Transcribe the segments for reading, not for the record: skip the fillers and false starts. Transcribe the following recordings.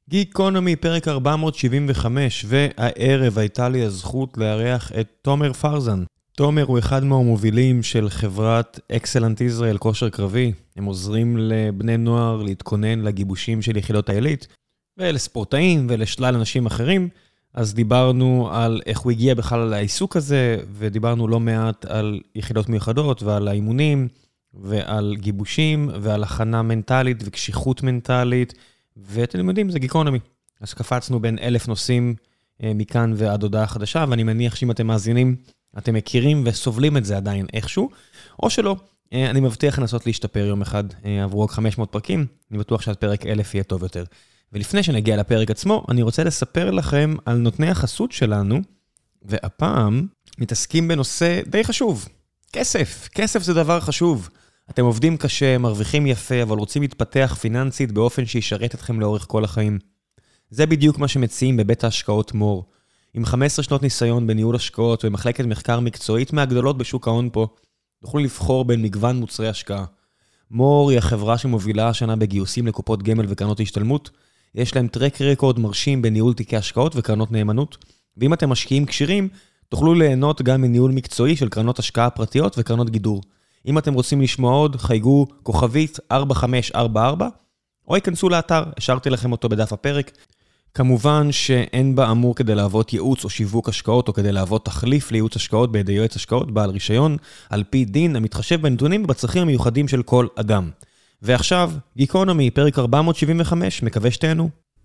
גיקונומי, פרק 475, והערב הייתה לי הזכות לארח את תומר פרזן. תומר הוא אחד מהמובילים של חברת אקסלנט ישראל כושר קרבי. הם עוזרים לבני נוער להתכונן לגיבושים של יחידות העילית, ולספורטאים ולשלל אנשים אחרים. אז דיברנו על איך הוא הגיע בכלל לעיסוק הזה, ודיברנו לא מעט על יחידות מיוחדות ועל האימונים, ועל גיבושים, ועל הכנה מנטלית וקשיחות מנטלית, ואתם יודעים, זה גיקונומי. אז קפצנו בין 1,000 נושאים מכאן ועד הודעה חדשה, ואני מניח שאם אתם מאזינים, אתם מכירים וסובלים את זה עדיין איכשהו, או שלא. אני מבטיח לנסות להשתפר יום אחד עברו רק 500 פרקים, אני בטוח שהפרק 1,000 יהיה טוב יותר. ולפני שנגיע לפרק עצמו, אני רוצה לספר לכם על נותני החסות שלנו, והפעם מתעסקים בנושא די חשוב. כסף. כסף זה דבר חשוב. אתם עובדים קשה, מרוויחים יפה, אבל רוצים להתפתח פיננסית באופן שישרת אתכם לאורך כל החיים. זה בדיוק מה שמציעים בבית ההשקעות מור. עם 15 שנות ניסיון בניהול השקעות ומחלקת מחקר מקצועית מהגדולות בשוק ההון פה, תוכלו לבחור בין מגוון מוצרי השקעה. מור היא החברה שמובילה השנה בגיוסים לקופות גמל וקרנות השתלמות. יש להם טרק רקורד מרשים בניהול תיקי השקעות וקרנות נאמנות. ואם אתם משקיעים קשירים, תוכלו ליהנות גם מניהול מקצועי של קרנות השקעה פרטיות וקרנות גידור. אם אתם רוצים לשמוע עוד, חייגו כוכבית 4544, או ייכנסו לאתר, השארתי לכם אותו בדף הפרק. כמובן שאין בה אמור כדי לעבוד ייעוץ או שיווק השקעות, או כדי לעבוד תחליף לייעוץ השקעות בידי יועץ השקעות, בעל רישיון, על פי דין, המתחשב בנתונים ובצרכים המיוחדים של כל אדם. ועכשיו, גיקונומי, פרק 475, מקווה שתהנו.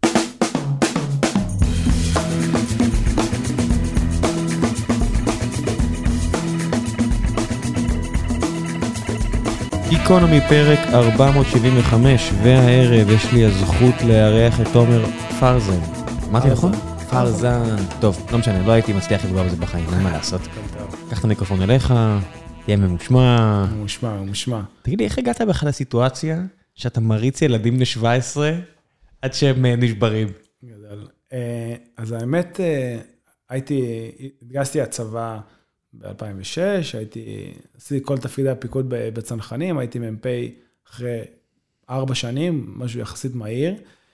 גיקונומי, פרק 475, והערב יש לי הזכות לארח את תומר פרזן. אמרתי נכון? פרזן. טוב, לא משנה, לא הייתי מצליח לדבר בזה בחיים, אין מה לעשות. קח את המיקרופון אליך, תהיה ממושמע. ממושמע. תגיד לי, איך הגעת בכלל לסיטואציה שאתה מריץ ילדים בני 17 עד שהם נשברים? אז האמת, התגייסתי הצבא ב-2006, עשיתי כל תפקידי הפיקוד בצנחנים, הייתי מ"פ אחרי 4 שנים, משהו יחסית מהיר,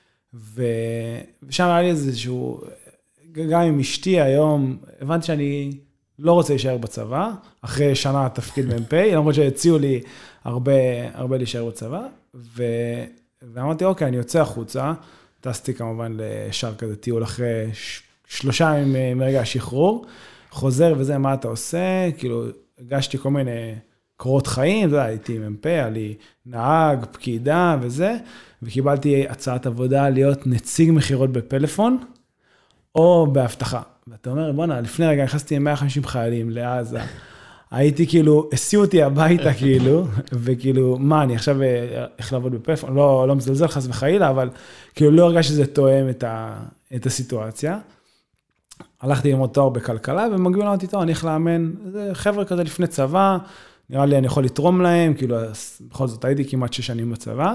ושם היה לי איזשהו, גם עם אשתי היום, הבנתי שאני לא רוצה להישאר בצבא, אחרי שנה תפקיד מ"פ, למרות שהציעו לי הרבה להישאר בצבא, ואמרתי, אוקיי, אני יוצא החוצה, טסתי כמובן לשאר כזה טיול אחרי 3 ימים מרגע השחרור, חוזר וזה, מה אתה עושה? כאילו, הגשתי כל מיני קורות חיים, אתה יודע, הייתי מ"פ, היה לי נהג, פקידה וזה, וקיבלתי הצעת עבודה להיות נציג מחירות בפלאפון, או בהבטחה. ואתה אומר, בוא'נה, לפני רגע נכנסתי עם 150 חיילים לעזה, הייתי כאילו, הסיעו אותי הביתה כאילו, וכאילו, מה, אני עכשיו איך לעבוד בפלאפון? לא מזלזל חס וחלילה, אבל כאילו לא הרגש שזה תואם את הסיטואציה. הלכתי ללמוד תואר בכלכלה, ומקביל אמרתי, טוב, אני איך לאמן, זה חבר'ה כזה לפני צבא, נראה לי אני יכול לתרום להם, כאילו, בכל זאת הייתי כמעט 6 שנים בצבא,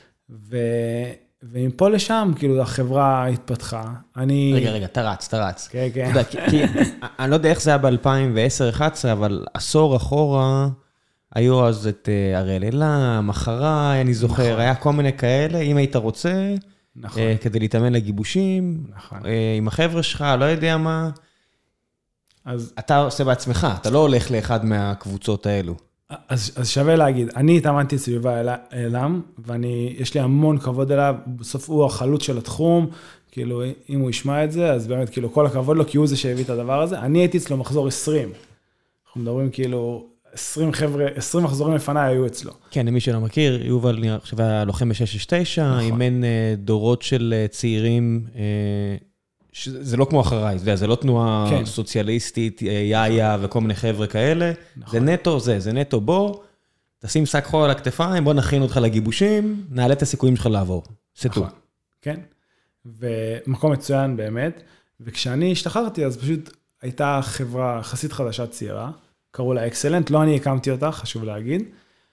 ומפה לשם, כאילו, החברה התפתחה. רגע, אתה רץ. כן, כן. אתה יודע, כי אני לא יודע איך זה היה ב-2010-2011, אבל עשור אחורה, היו אז את הראל אלעם, אחריי, אני זוכר, היה כל מיני כאלה, אם היית רוצה, כדי להתאמן לגיבושים, עם החבר'ה שלך, לא יודע מה, אתה עושה בעצמך, אתה לא הולך לאחד מהקבוצות האלו. אז שווה להגיד, אני התאמנתי סביבה אלעם, ויש לי המון כבוד אליו, בסוף הוא החלוץ של התחום, כאילו אם הוא ישמע את זה, אז באמת כאילו כל הכבוד לו, כי הוא זה שהביא את הדבר הזה, אני הייתי אצלו מחזור 20, אנחנו מדברים כאילו 20 חבר'ה, 20 מחזורים לפניי היו אצלו. כן, למי שלא מכיר, יובל עכשיו היה לוחם ב-669, אימן דורות של צעירים, זה לא כמו אחריי, זה לא תנועה סוציאליסטית, יאיה וכל מיני חבר'ה כאלה, זה נטו בוא, תשים שק חול על הכתפיים, בוא נכין אותך לגיבושים, נעלה את הסיכויים שלך לעבור. סטו. כן, ומקום מצוין באמת, וכשאני השתחררתי, אז פשוט הייתה חברה יחסית חדשה צעירה, קראו לה אקסלנט, לא אני הקמתי אותה, חשוב להגיד,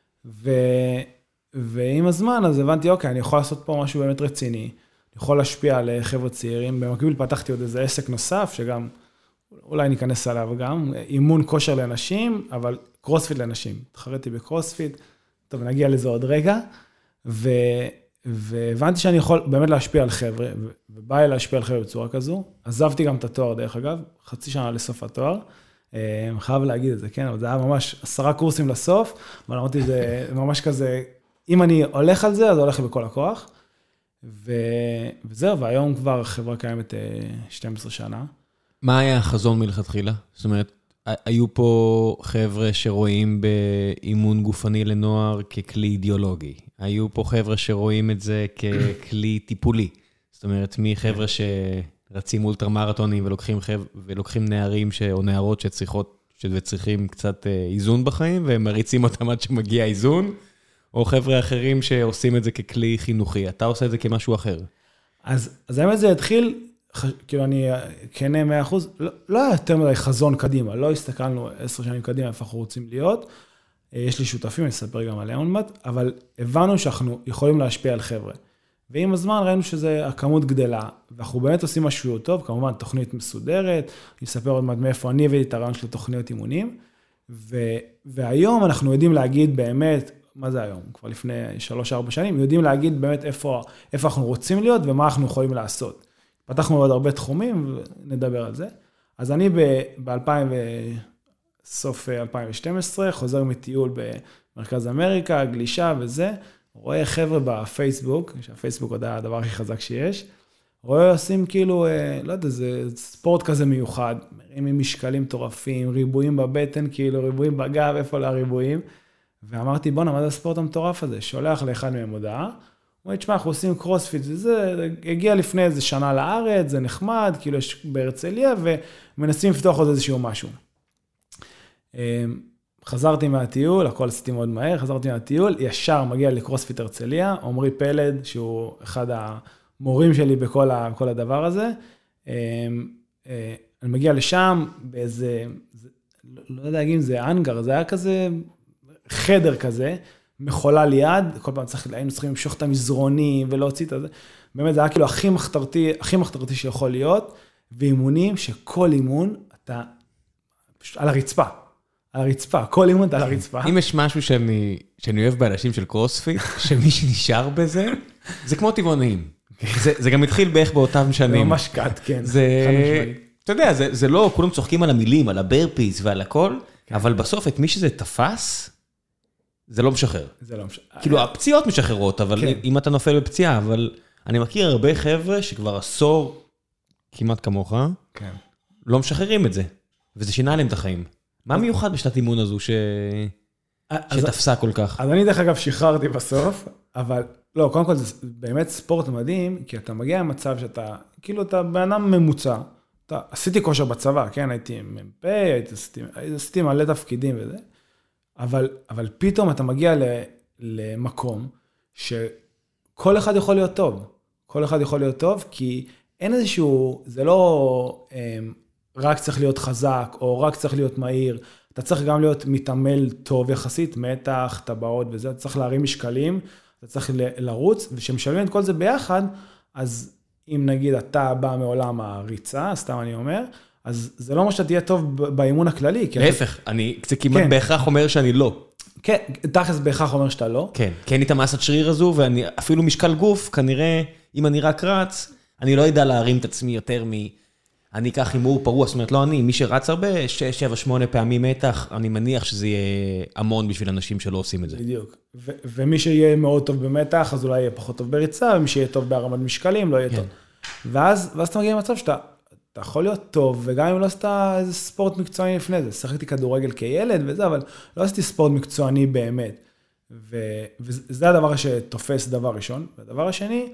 ועם הזמן אז הבנתי, אוקיי, אני יכול לעשות פה משהו באמת רציני, אני יכול להשפיע על חבר'ה צעירים, במקביל פתחתי עוד איזה עסק נוסף, שגם, אולי ניכנס עליו גם, אימון כושר לאנשים, אבל קרוספיט לאנשים, התחרתי בקרוספיט, טוב, נגיע לזה עוד רגע, והבנתי שאני יכול באמת להשפיע על חבר'ה, בא לי להשפיע על חבר'ה בצורה כזו, עזבתי גם את התואר דרך אגב, חצי שנה לסוף התואר, חייב להגיד את זה, כן, אבל זה היה ממש 10 קורסים לסוף, אבל אמרתי, זה ממש כזה, אם אני הולך על זה, אז הולך בכל הכוח, וזהו, והיום כבר חברה קיימת 12 שנה. מה היה החזון מלכתחילה? זאת אומרת, היו פה חבר'ה שרואים באימון גופני לנוער ככלי אידיאולוגי. היו פה חבר'ה שרואים את זה ככלי טיפולי. זאת אומרת, מחבר'ה שרצים אולטרמרתונים ולוקחים נערים או נערות שצריכים קצת איזון בחיים, והם מריצים אותם עד שמגיע איזון, או חבר'ה אחרים שעושים את זה ככלי חינוכי. אתה עושה את זה כמשהו אחר. אז האמת זה התחיל, כאילו אני כנה 100%, לא היה יותר מדי חזון קדימה, לא הסתכלנו 10 שנים קדימה, איפה אנחנו רוצים להיות. יש לי שותפים, אני אספר גם עליהם עוד מעט, אבל הבנו שאנחנו יכולים להשפיע על חבר'ה. ועם הזמן ראינו שזה הכמות גדלה, ואנחנו באמת עושים משהו טוב, כמובן תוכנית מסודרת, אני אספר עוד מעט מאיפה אני הבאתי את הרעיון של תוכניות אימונים, והיום אנחנו יודעים להגיד באמת, מה זה היום? כבר לפני 3-4 שנים, יודעים להגיד באמת איפה אנחנו רוצים להיות, ומה אנחנו יכולים לעשות. פתחנו עוד הרבה תחומים, ונדבר על זה. אז אני סוף 2012, חוזר מטיול במרכז אמריקה, גלישה וזה, רואה חבר'ה בפייסבוק, שהפייסבוק עוד היה הדבר הכי חזק שיש, רואה עושים כאילו, לא יודע, זה ספורט כזה מיוחד, מרימים משקלים מטורפים, ריבועים בבטן, כאילו ריבועים בגב, איפה לריבועים, ואמרתי, בוא נעמד הספורט המטורף הזה, שולח לאחד מהם הודעה, הוא אומר, תשמע, אנחנו עושים קרוספיט, זה הגיע לפני איזה שנה לארץ, זה נחמד, כאילו יש בהרצליה, ומנסים לפתוח עוד איזשהו משהו. חזרתי מהטיול, הכל עשיתי מאוד מהר, חזרתי מהטיול, ישר מגיע לקרוספיט הרצליה, עומרי פלד, שהוא אחד המורים שלי בכל הדבר הזה, אני מגיע לשם באיזה, לא יודע אם זה אנגר, זה היה כזה חדר כזה, מחולה ליד, כל פעם היינו צריכים למשוך את המזרונים ולהוציא את זה, באמת זה היה כאילו הכי מחתרתי שיכול להיות, ואימונים שכל אימון אתה פשוט על הרצפה. על הרצפה, כל אימון על הרצפה. אם יש משהו שאני אוהב באנשים של קרוספיט, שמי שנשאר בזה, זה כמו טבעוניים. זה גם התחיל בערך באותם שנים. זה ממש קט, כן. אתה יודע, זה לא, כולם צוחקים על המילים, על הברפיס ועל הכל, אבל בסוף את מי שזה תפס, זה לא משחרר. זה לא משחרר. כאילו, הפציעות משחררות, אבל אם אתה נופל בפציעה, אבל אני מכיר הרבה חבר'ה שכבר עשור, כמעט כמוך, לא משחררים את זה, וזה שינה להם את החיים. מה מיוחד בשנת אימון הזו שתפסה כל כך? אז אני דרך אגב שחררתי בסוף, אבל לא, קודם כל זה באמת ספורט מדהים, כי אתה מגיע למצב שאתה, כאילו אתה באדם ממוצע, עשיתי כושר בצבא, כן, הייתי מ"פ, עשיתי מלא תפקידים וזה, אבל פתאום אתה מגיע למקום שכל אחד יכול להיות טוב, כל אחד יכול להיות טוב, כי אין איזשהו, זה לא רק צריך להיות חזק, או רק צריך להיות מהיר, אתה צריך גם להיות מתעמל טוב יחסית, מתח, טבעות וזה, אתה צריך להרים משקלים, אתה צריך לרוץ, ושמשלמים את כל זה ביחד, אז אם נגיד אתה בא מעולם הריצה, סתם אני אומר, אז זה לא מה שאתה תהיה טוב באימון הכללי. להפך, זה כמעט בהכרח אומר שאני לא. כן, תכלס בהכרח אומר שאתה לא. כן, כי אין לי את המסת שריר הזו, ואני אפילו משקל גוף, כנראה, אם אני רק רץ, אני לא יודע להרים את עצמי יותר אני אקח הימור פרוע, זאת אומרת, לא אני, מי שרץ הרבה, 6, 7, 8 פעמים מתח, אני מניח שזה יהיה המון בשביל אנשים שלא עושים את זה. בדיוק. ומי שיהיה מאוד טוב במתח, אז אולי יהיה פחות טוב בריצה, ומי שיהיה טוב בהרמת משקלים, לא יהיה טוב. ואז אתה מגיע למצב שאתה יכול להיות טוב, וגם אם לא עשית איזה ספורט מקצועני לפני זה, שחקתי כדורגל כילד וזה, אבל לא עשיתי ספורט מקצועני באמת. וזה הדבר שתופס דבר ראשון. והדבר השני,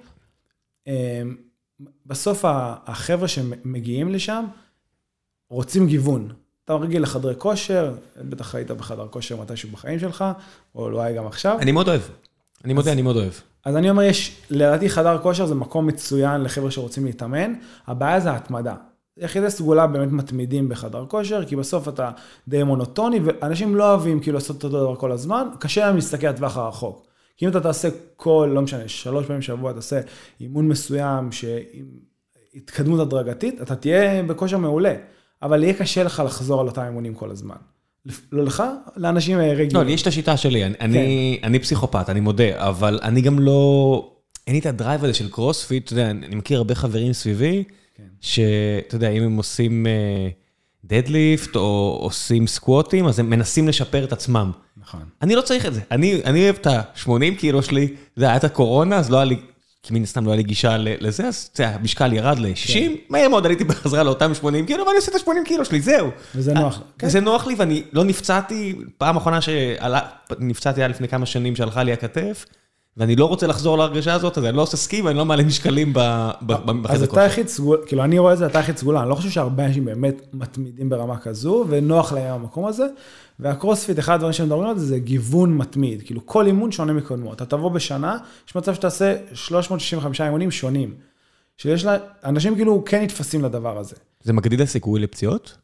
בסוף החבר'ה שמגיעים לשם, רוצים גיוון. אתה רגיל לחדרי כושר, בטח היית בחדר כושר מתישהו בחיים שלך, או לא היה גם עכשיו. אני מאוד אוהב. אני מודה, אני מאוד אוהב. אז אני אומר, לדעתי חדר כושר זה מקום מצוין לחבר'ה שרוצים להתאמן, הבעיה זה ההתמדה. יחידי סגולה באמת מתמידים בחדר כושר, כי בסוף אתה די מונוטוני, ואנשים לא אוהבים כאילו לעשות אותו דבר כל הזמן, קשה להם להסתכל על טווח הרחוק. כי אם אתה תעשה לא משנה, 3 פעמים שבוע, תעשה אימון מסוים, שעם התקדמות הדרגתית, אתה תהיה בכושר מעולה, אבל יהיה קשה לך לחזור על אותם אימונים כל הזמן. לא לך, לאנשים רגילים. לא, יש את השיטה שלי, אני פסיכופת, אני מודה, אבל אני גם לא, אין לי את הדרייב הזה של קרוספיט, אתה יודע, אני מכיר הרבה חברים סביבי, שאתה יודע, אם הם עושים דדליפט או עושים סקווטים, אז הם מנסים לשפר את עצמם. נכון. אני לא צריך את זה. אני אוהב את ה-80 קילו שלי, זה היה את הקורונה, אז לא היה לי, כי מן הסתם לא היה לי גישה לזה, אז המשקל ירד ל-60, מהר מאוד עליתי בחזרה לאותם 80 קילו, ואני עושה את ה-80 קילו שלי, זהו. וזה נוח. וזה נוח לי, ואני לא נפצעתי, פעם אחרונה שנפצעתי היה לפני כמה שנים שהלכה לי הכתף, ואני לא רוצה לחזור להרגשה הזאת, אז אני לא עושה סקי, ואני לא מעלה משקלים בחדר אז אתה היחיד סגולה, כאילו אני רואה את זה, אתה היחיד סגולה, אני לא חושב שהרבה אנשים באמת מתמידים ברמה כזו, ונוח להם המקום הזה, והקרוספיט, אחד הדברים שמדברים על זה, זה גיוון מתמיד, כאילו כל אימון שונה מקודמו, אתה תבוא בשנה, יש מצב שתעשה 365 אימונים שונים, שיש לה, אנשים כאילו כן נתפסים לדבר הזה. זה מגדיל הסיכוי לפציעות?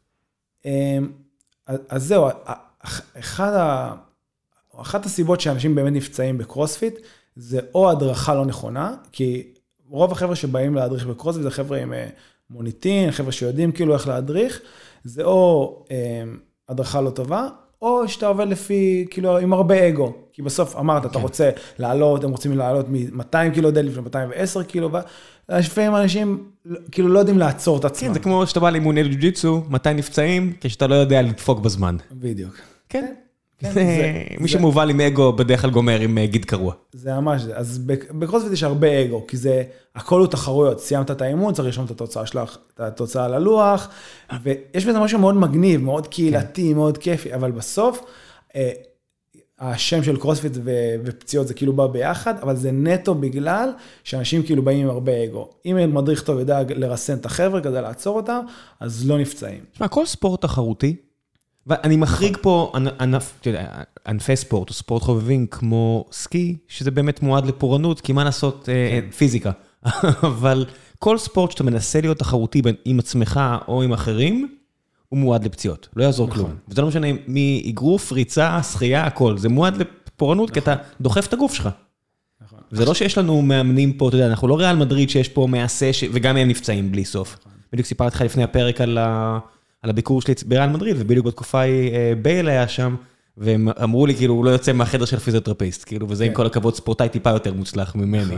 אז זהו, אחת הסיבות שאנשים באמת נפצעים בקרוספיט, זה או הדרכה לא נכונה, כי רוב החבר'ה שבאים להדריך בקרוספיט, זה חבר'ה עם מוניטין, חבר'ה שיודעים כאילו איך להדריך, זה או הדרכה לא טובה, או שאתה עובד לפי, כאילו, עם הרבה אגו, כי בסוף אמרת, אתה רוצה לעלות, הם רוצים לעלות מ-200 קילו דדליפט ל-210 קילו, ולפעמים אנשים כאילו לא יודעים לעצור את עצמם. כן, זה כמו שאתה בא לאימוני ג'ו-ג'יטסו, מתי נפצעים, כשאתה לא יודע לדפוק בזמן. בדיוק. כן. מי שמובל עם אגו בדרך כלל גומר עם גיד קרוע. זה ממש זה. אז בקרוספיט יש הרבה אגו, כי זה, הכל הוא תחרויות. סיימת את האימון, צריך לרשום את התוצאה שלך, את התוצאה על הלוח, ויש בזה משהו מאוד מגניב, מאוד קהילתי, מאוד כיפי, אבל בסוף, השם של קרוספיט ופציעות זה כאילו בא ביחד, אבל זה נטו בגלל שאנשים כאילו באים עם הרבה אגו. אם מדריך טוב יודע לרסן את החבר'ה כדי לעצור אותם, אז לא נפצעים. תשמע, כל ספורט תחרותי, ואני מחריג פה ענפי ספורט או ספורט חובבים כמו סקי, שזה באמת מועד לפורענות, כי מה לעשות פיזיקה. אבל כל ספורט שאתה מנסה להיות תחרותי עם עצמך או עם אחרים, הוא מועד לפציעות, לא יעזור כלום. וזה לא משנה מאגרוף, ריצה, שחייה, הכל. זה מועד לפורענות, כי אתה דוחף את הגוף שלך. זה לא שיש לנו מאמנים פה, אתה יודע, אנחנו לא ריאל מדריד שיש פה מעשה, וגם הם נפצעים בלי סוף. בדיוק סיפרתי לך לפני הפרק על הביקור שלי בריאל מדריד, ובדיוק בתקופה בייל היה שם, והם אמרו לי, כאילו, הוא לא יוצא מהחדר של פיזיותרפיסט, כאילו, וזה עם כל הכבוד ספורטאי טיפה יותר מוצלח ממני.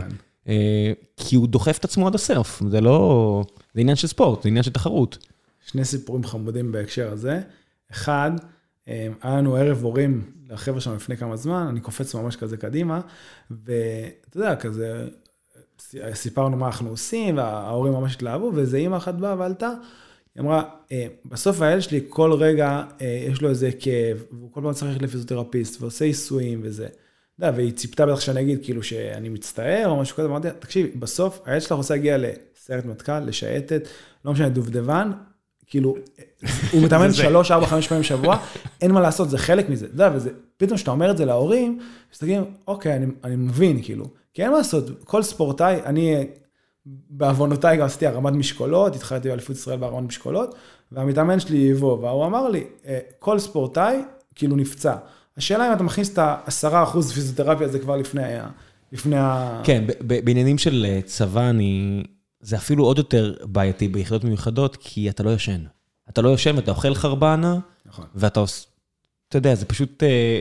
כי הוא דוחף את עצמו עד הסוף, זה לא, זה עניין של ספורט, זה עניין של תחרות. שני סיפורים חמודים בהקשר הזה. אחד, היה לנו ערב הורים לחבר'ה שם לפני כמה זמן, אני קופץ ממש כזה קדימה, ואתה יודע, כזה, סיפרנו מה אנחנו עושים, וההורים ממש התלהבו, וזה אמא אחת באה ועלתה, היא אמרה, בסוף הילד שלי כל רגע יש לו איזה כאב, והוא כל פעם צריך לפיזיותרפיסט, ועושה עיסויים וזה. אתה יודע, והיא ציפתה בטח שאני אגיד כאילו שאני מצטער או משהו כזה, אמרתי, תקשיב, בסוף הילד שלך רוצה להגיע לסיירת מטכ"ל, לשייטת, לא משנה, דובדבן, כאילו, הוא מתאמן 3, 4, 5 פעמים בשבוע, אין מה לעשות, זה חלק מזה. אתה יודע, וזה, פתאום שאתה אומר את זה להורים, אז תגיד, אוקיי, אני מבין, כאילו, כי אין מה לעשות, כל ספורטאי, אני בעוונותיי גם עשיתי הרמת משקולות, התחלתי באליפות ישראל בהרמת משקולות, והמתאמן שלי יבוא, והוא אמר לי, כל ספורטאי כאילו נפצע. השאלה אם אתה מכניס את ה10% פיזיותרפיה, זה כבר לפני כן, בעניינים של צבא, זה אפילו עוד יותר בעייתי ביחידות מיוחדות, כי אתה לא ישן. אתה לא ישן, אתה אוכל חרבנה, ואתה אתה יודע, זה פשוט,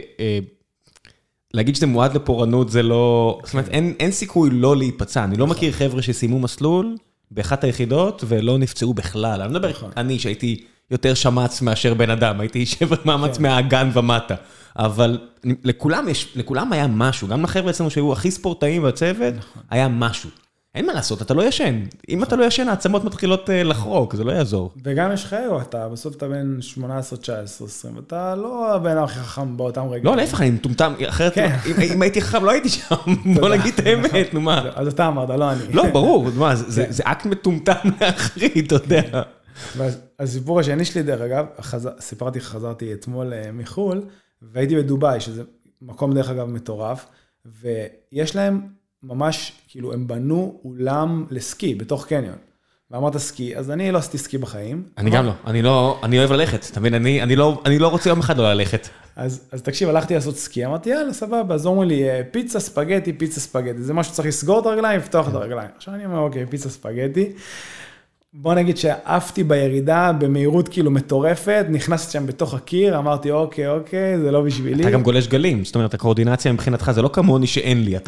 להגיד שזה מועד לפורענות, זה לא, זאת אומרת, אין סיכוי לא להיפצע. אני לא מכיר חבר'ה שסיימו מסלול באחת היחידות, ולא נפצעו בכלל. אני מדבר, אני שהייתי יותר שמץ מאשר בן אדם, הייתי שבר מאמץ מהאגן ומטה. אבל לכולם היה משהו, גם לחבר'ה אצלנו שהיו הכי ספורטאים בצוות, היה משהו. אין מה לעשות, אתה לא ישן. אם אתה לא ישן, העצמות מתחילות לחרוק, זה לא יעזור. וגם יש חיו, בסוף אתה בין 18, 19, 20, אתה לא הבן הכי חכם באותם רגעים. לא, להפך, אני מטומטם, אחרת, אם הייתי חכם, לא הייתי שם, בוא נגיד את האמת, נו מה. אז אתה אמרת, לא אני. לא, ברור, זה אקט מטומטם לאחרי, אתה יודע. הסיפור השני שלי, דרך אגב, סיפרתי, חזרתי אתמול מחול, והייתי בדובאי, שזה מקום דרך אגב מטורף, ויש להם ממש, כאילו, הם בנו אולם לסקי, בתוך קניון. ואמרת סקי, אז אני לא עשיתי סקי בחיים. אני גם לא, אני אוהב ללכת, אתה מבין, אני לא רוצה יום אחד לא ללכת. אז תקשיב, הלכתי לעשות סקי, אמרתי, יאללה, סבבה, אז אומרים לי, פיצה, ספגטי, זה משהו שצריך לסגור את הרגליים, לפתוח את הרגליים. עכשיו אני אומר, אוקיי, פיצה, ספגטי. בוא נגיד שעפתי בירידה במהירות כאילו מטורפת, נכנסתי שם בתוך הקיר, אמרתי אוקיי, זה לא בשבילי. אתה גם גולש גלים, זאת אומרת, הקואורדינציה מבחינתך זה לא כמוני שאין לי, אתה עוד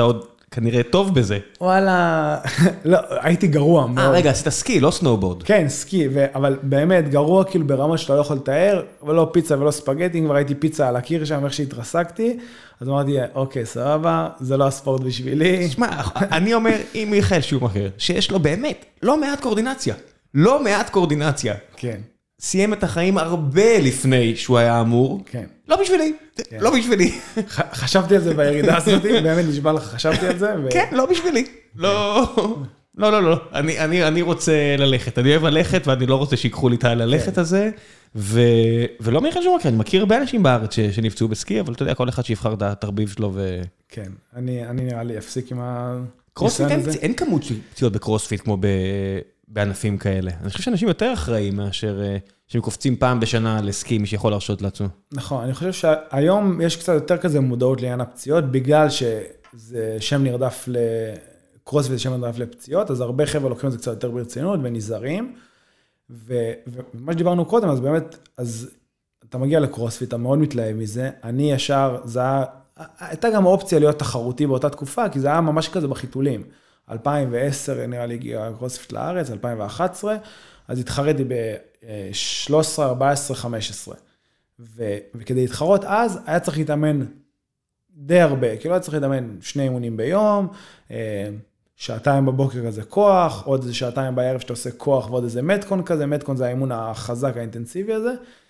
כנראה טוב בזה. וואלה, לא, הייתי גרוע מאוד. רגע, עשית סקי, לא סנובורד. כן, סקי, אבל באמת גרוע כאילו ברמה שאתה לא יכול לתאר, ולא פיצה ולא ספגטי, כבר הייתי פיצה על הקיר שם, איך שהתרסקתי, אז אמרתי, אוקיי, סבבה, זה לא הספורט בשבילי. תשמע, אני אומר, אם מיכאל שומאכר, שיש לו באמת לא מעט קואורדינציה, לא מעט קואורדינציה. כן. סיים את החיים הרבה לפני שהוא היה אמור. כן. לא בשבילי, לא בשבילי. חשבתי על זה בירידה הזאת, באמת נשבע לך, חשבתי על זה. כן, לא בשבילי. לא, לא, לא. אני רוצה ללכת, אני אוהב ללכת, ואני לא רוצה שיקחו לי את הללכת הזה. ולא מיכאל שומאכר, אני מכיר הרבה אנשים בארץ שנפצעו בסקי, אבל אתה יודע, כל אחד שיבחר את התרביב שלו. כן, אני נראה לי אפסיק עם קרוספיט, אין כמות של פציעות בקרוספיט כמו בענפים כאלה. אני חושב שאנשים יותר אחראים מאשר שהם קופצים פעם בשנה לסקי, מי שיכול להרשות לעצמו. נכון, אני חושב שהיום יש קצת יותר כזה מודעות לעניין הפציעות, בגלל שזה שם נרדף לקרוספיט, זה שם נרדף לפציעות, אז הרבה חבר'ה לוקחים את זה קצת יותר ברצינות ונזהרים, ומה שדיברנו קודם, אז באמת, אז אתה מגיע לקרוספיט, אתה מאוד מתלהב מזה, אני ישר, הייתה גם אופציה להיות תחרותי באותה תקופה, כי זה היה ממש כזה בחיתולים. 2010 נראה לי הגיע קרוספיט לארץ, 2011, אז התחרתי ב-13, 14, 15. וכדי להתחרות אז, היה צריך להתאמן די הרבה, כאילו היה צריך להתאמן 2 אימונים ביום, 2 שעתיים בבוקר כזה כוח, עוד איזה 2 שעתיים בערב שאתה עושה כוח, ועוד איזה מתקון כזה, מתקון זה האימון החזק, האינטנסיבי הזה,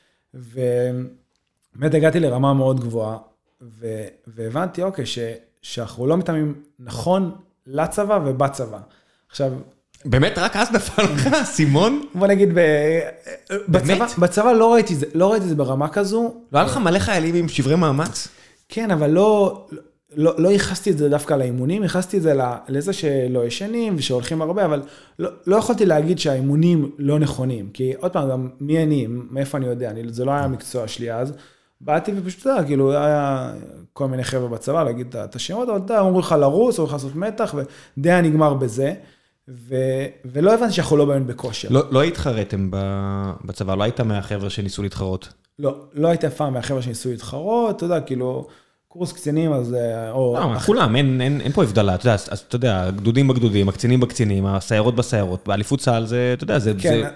ובאמת הגעתי לרמה מאוד גבוהה, והבנתי, אוקיי, שאנחנו לא מתאמים נכון לצבא ובצבא. עכשיו... באמת רק אז נפל לך, סימון? בוא נגיד, בצבא לא ראיתי זה ברמה כזו. לא היה לך מלא חיילים עם שברי מאמץ? כן, אבל לא ייחסתי את זה דווקא לאימונים, ייחסתי את זה לזה שלא ישנים ושהולכים הרבה, אבל לא יכולתי להגיד שהאימונים לא נכונים, כי עוד פעם, גם מי אני, מאיפה אני יודע, זה לא היה המקצוע שלי אז, באתי ופשוט, כאילו, היה כל מיני חבר'ה בצבא, להגיד את השמות, אבל אתה אמרו לך לרוץ, אמרו לך לעשות מתח, ודי היה נגמר בזה, ולא הבנתי שאנחנו לא באמת בכושר. לא התחרתם בצבא, לא היית מהחבר'ה שניסו להתחרות? לא הייתי אף פעם מהחבר'ה שניסו להתחרות, אתה יודע, כאילו, קורס קצינים, אז... כולם, אין פה הבדלה, אתה יודע, אז אתה יודע, גדודים בגדודים, הקצינים בקצינים, הסיירות בסיירות, באליפות צה"ל זה, אתה יודע,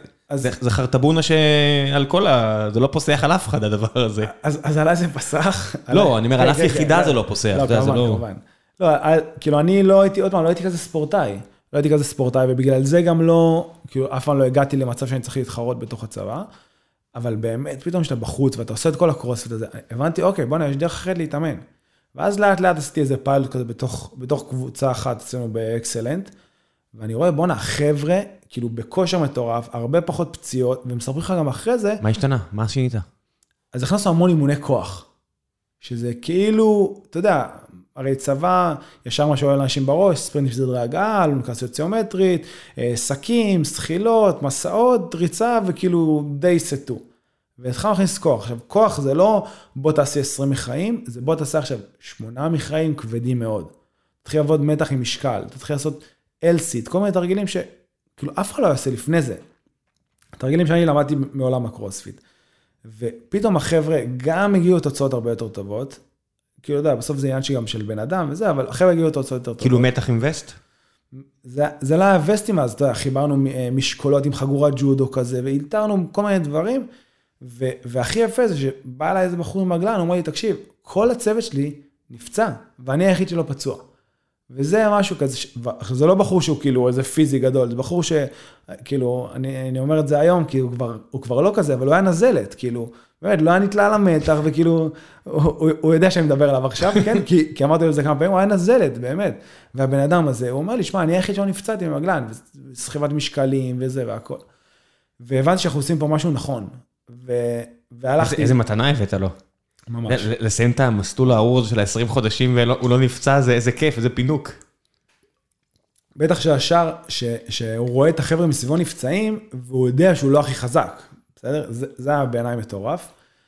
זה חרטבונה שעל כל זה לא פוסח על אף אחד הדבר הזה. אז עליי זה פסח. לא, אני אומר, על אף יחידה זה לא פוסח. לא, כמובן. לא, כאילו אני לא הייתי, עוד פעם, לא הייתי כזה ספורטאי. לא הייתי כזה ספורטאי, ובגלל זה גם לא, כאילו אף פעם לא הגעתי למצב שאני צריך להתחרות בתוך הצבא, אבל באמת, פתאום שאתה בחוץ ואתה עושה את כל הקרוספיט הזה, הבנתי, אוקיי, בוא יש דרך אחרת להתאמן. ואז לאט לאט עשיתי איזה פיילוט כזה בתוך קבוצה אחת, אצלנו באקסלנט, ואני רואה, בוא חבר'ה, כאילו בכושר מטורף, הרבה פחות פציעות, ומספרים לך גם אחרי זה. מה השתנה? מה עשית? אז הכנסנו המון אימוני כוח, שזה כאילו, אתה יודע, הרי צבא, ישר מה שעולה לאנשים בראש, ספרינט סדרי הגעה, אלונקה סוציומטרית, סכים, סחילות, מסעות, ריצה, וכאילו די סטו. והתחלנו להכניס כוח. עכשיו, כוח זה לא בוא תעשה 20 מחיים, זה בוא תעשה עכשיו 8 מחיים כבדים מאוד. תתחיל לעבוד מתח עם משקל, תתחיל לעשות LC, כל מיני תרגילים שכאילו אף אחד לא יעשה לפני זה. התרגילים שאני למדתי מעולם הקרוספיט. ופתאום החבר'ה גם הגיעו תוצאות הרבה יותר טובות, כאילו, יודע, בסוף זה עניין שגם של בן אדם וזה, אבל החבר'ה הגיעו תוצאות יותר טובות. כאילו מתח עם וסט? זה לא היה וסטים אז, אתה יודע, חיברנו משקולות עם חגורת ג'ודו כזה, והילתרנו כל מיני דברים, והכי יפה זה שבא אליי איזה בחור עם רגלן, הוא אומר לי, תקשיב, כל הצוות שלי נפצע, ואני היחיד שלא פצוע. וזה משהו כזה, זה לא בחור שהוא כאילו איזה פיזי גדול, זה בחור שכאילו, אני אומר את זה היום, כי הוא כבר לא כזה, אבל הוא היה נזלת, כאילו, באמת, לא היה נתלה על המתח, וכאילו, הוא יודע שאני מדבר עליו עכשיו, כן? כי אמרתי לו את זה כמה פעמים, הוא היה נזלת, באמת. והבן אדם הזה, הוא אומר לי, שמע, אני היחיד שלא נפצעתי ממגלן, וסחיבת משקלים וזה והכל. והבנתי שאנחנו עושים פה משהו נכון. והלכתי... איזה מתנה הבאת לו? ממש. לסיים את המסלול הארור הזה של 20 חודשים, והוא לא נפצע, זה איזה כיף, איזה פינוק. בטח שהשאר, שהוא רואה את החבר'ה מסביבו נפצעים, והוא יודע שהוא לא הכי חזק. בסדר? זה היה בעיניי מטורף.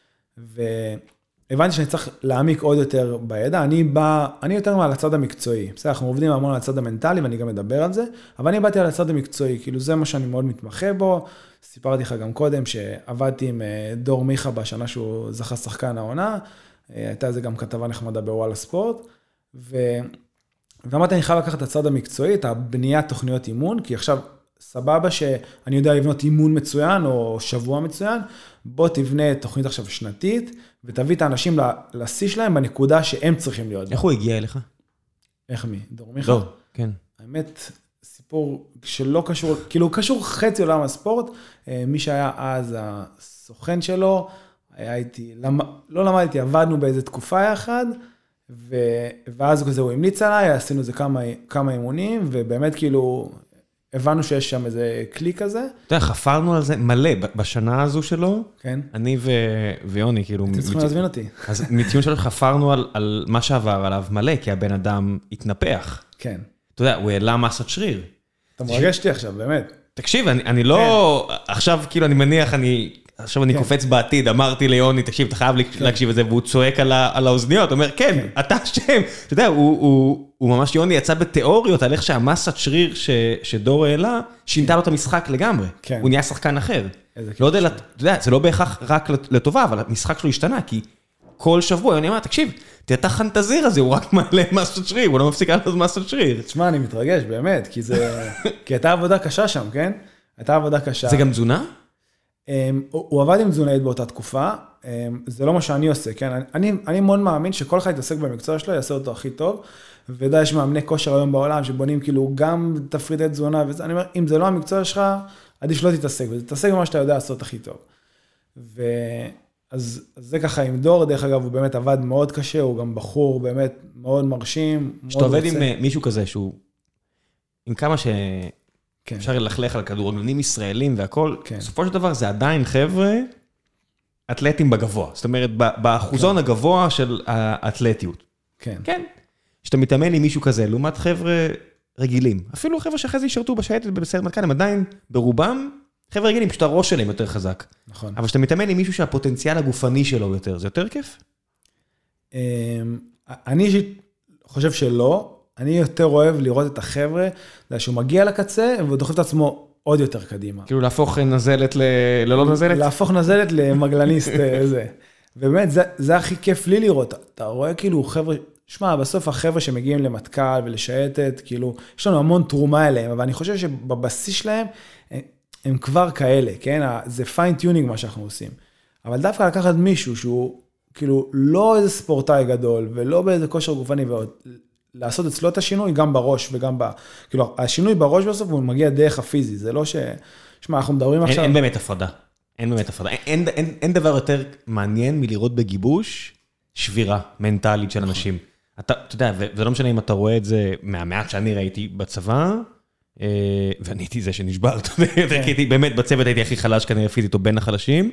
והבנתי שאני צריך להעמיק עוד יותר בידע. אני יותר מעל הצד המקצועי. בסדר, אנחנו עובדים המון על הצד המנטלי, ואני גם מדבר על זה, אבל אני באתי על הצד המקצועי, כאילו זה מה שאני מאוד מתמחה בו. סיפרתי לך גם קודם שעבדתי עם דור מיכה בשנה שהוא זכה שחקן העונה, הייתה איזה גם כתבה נחמדה בוואלה ספורט, ואמרתי, אני חייב לקחת את הצד המקצועי, את הבניית תוכניות אימון, כי עכשיו סבבה שאני יודע לבנות אימון מצוין, או שבוע מצוין, בוא תבנה תוכנית עכשיו שנתית, ותביא את האנשים לשיא שלהם בנקודה שהם צריכים להיות. איך הוא הגיע אליך? איך מי? דור מיכה? לא, כן. האמת, סיפור שלא קשור, כאילו הוא קשור חצי עולם הספורט, מי שהיה אז הסוכן שלו, היה איתי, לא למדתי, עבדנו באיזה תקופה יחד, ואז כזה הוא המליץ עליי, עשינו איזה כמה אימונים, ובאמת כאילו, הבנו שיש שם איזה קליק כזה. אתה יודע, חפרנו על זה מלא, בשנה הזו שלו, כן. אני ויוני, כאילו... אתם צריכים להזמין אותי. אז מציון שלו חפרנו על מה שעבר עליו מלא, כי הבן אדם התנפח. כן. אתה יודע, הוא העלה מסת שריר. אתה מרגש אותי עכשיו, באמת. תקשיב, אני לא... עכשיו, כאילו, אני מניח, עכשיו אני קופץ בעתיד, אמרתי ליוני, תקשיב, אתה חייב להקשיב את זה, והוא צועק על האוזניות, הוא אומר, כן, אתה שם. אתה יודע, הוא ממש, יוני יצא בתיאוריות על איך שהמסת שריר שדור העלה, שינתה לו את המשחק לגמרי. הוא נהיה שחקן אחר. לא יודע, אתה יודע, זה לא בהכרח רק לטובה, אבל המשחק שלו השתנה, כי כל שבוע, יוני אמר, תקשיב, אתה חנטזיר הזה, הוא רק מעלה מסת שריר, הוא לא מפסיק לעלות מסת שריר. תשמע, אני מתרגש, באמת, כי הייתה עבודה קשה שם, כן? הייתה עבודה קשה. זה גם תזונה? הוא עבד עם תזונאית באותה תקופה, זה לא מה שאני עושה, כן? אני מאוד מאמין שכל אחד יתעסק במקצוע שלו, יעשה אותו הכי טוב, ויודע, יש מאמני כושר היום בעולם, שבונים כאילו גם תפריטי תזונה, ואני אומר, אם זה לא המקצוע שלך, עדיף שלא תתעסק, ותתעסק במה שאתה יודע לעשות הכי טוב. אז זה ככה עם דור, דרך אגב, הוא באמת עבד מאוד קשה, הוא גם בחור באמת מאוד מרשים. שאתה עובד עם מישהו כזה, שהוא, עם כמה אפשר ללכלך על כדורגלנים ישראלים והכל, בסופו של דבר זה עדיין חבר'ה אתלטים בגבוה. זאת אומרת, באחוזון הגבוה של האתלטיות. כן. כן. שאתה מתאמן עם מישהו כזה, לעומת חבר'ה רגילים. אפילו חבר'ה שאחרי זה ישרתו בשייטת בסיירת מטכ"ל, הם עדיין ברובם חבר'ה רגילים, פשוט הראש שלהם יותר חזק. נכון. אבל שאתה מתאמן עם מישהו שהפוטנציאל הגופני שלו יותר, זה יותר כיף? אני חושב שלא. אני יותר אוהב לראות את החבר'ה, שהוא מגיע לקצה, והוא דוחף את עצמו עוד יותר קדימה. כאילו להפוך נזלת ללא נזלת? להפוך נזלת למגלניסט זה. ובאמת, זה הכי כיף לי לראות. אתה רואה כאילו חבר'ה, שמע, בסוף החבר'ה שמגיעים למטכ"ל ולשייטת, כאילו, יש לנו המון תרומה אליהם, אבל אני חושב שבבסיס שלהם, הם כבר כאלה, כן? זה פיין-טיונינג מה שאנחנו עושים. אבל דווקא לקחת מישהו שהוא, כאילו, לא איזה ספורטאי גדול, ולא באיזה כושר גופני, לעשות אצלו את השינוי, גם בראש וגם כאילו, השינוי בראש בסוף, הוא מגיע דרך הפיזי, זה לא שמע, אנחנו מדברים עכשיו... אין באמת הפרדה. אין באמת הפרדה. אין דבר יותר מעניין מלראות בגיבוש שבירה מנטלית של אנשים. אתה יודע, וזה לא משנה אם אתה רואה את זה מהמעט שאני ראיתי בצבא, ואני הייתי זה שנשבר, הייתי באמת בצוות הייתי הכי חלש כנראה פיזית או בין החלשים,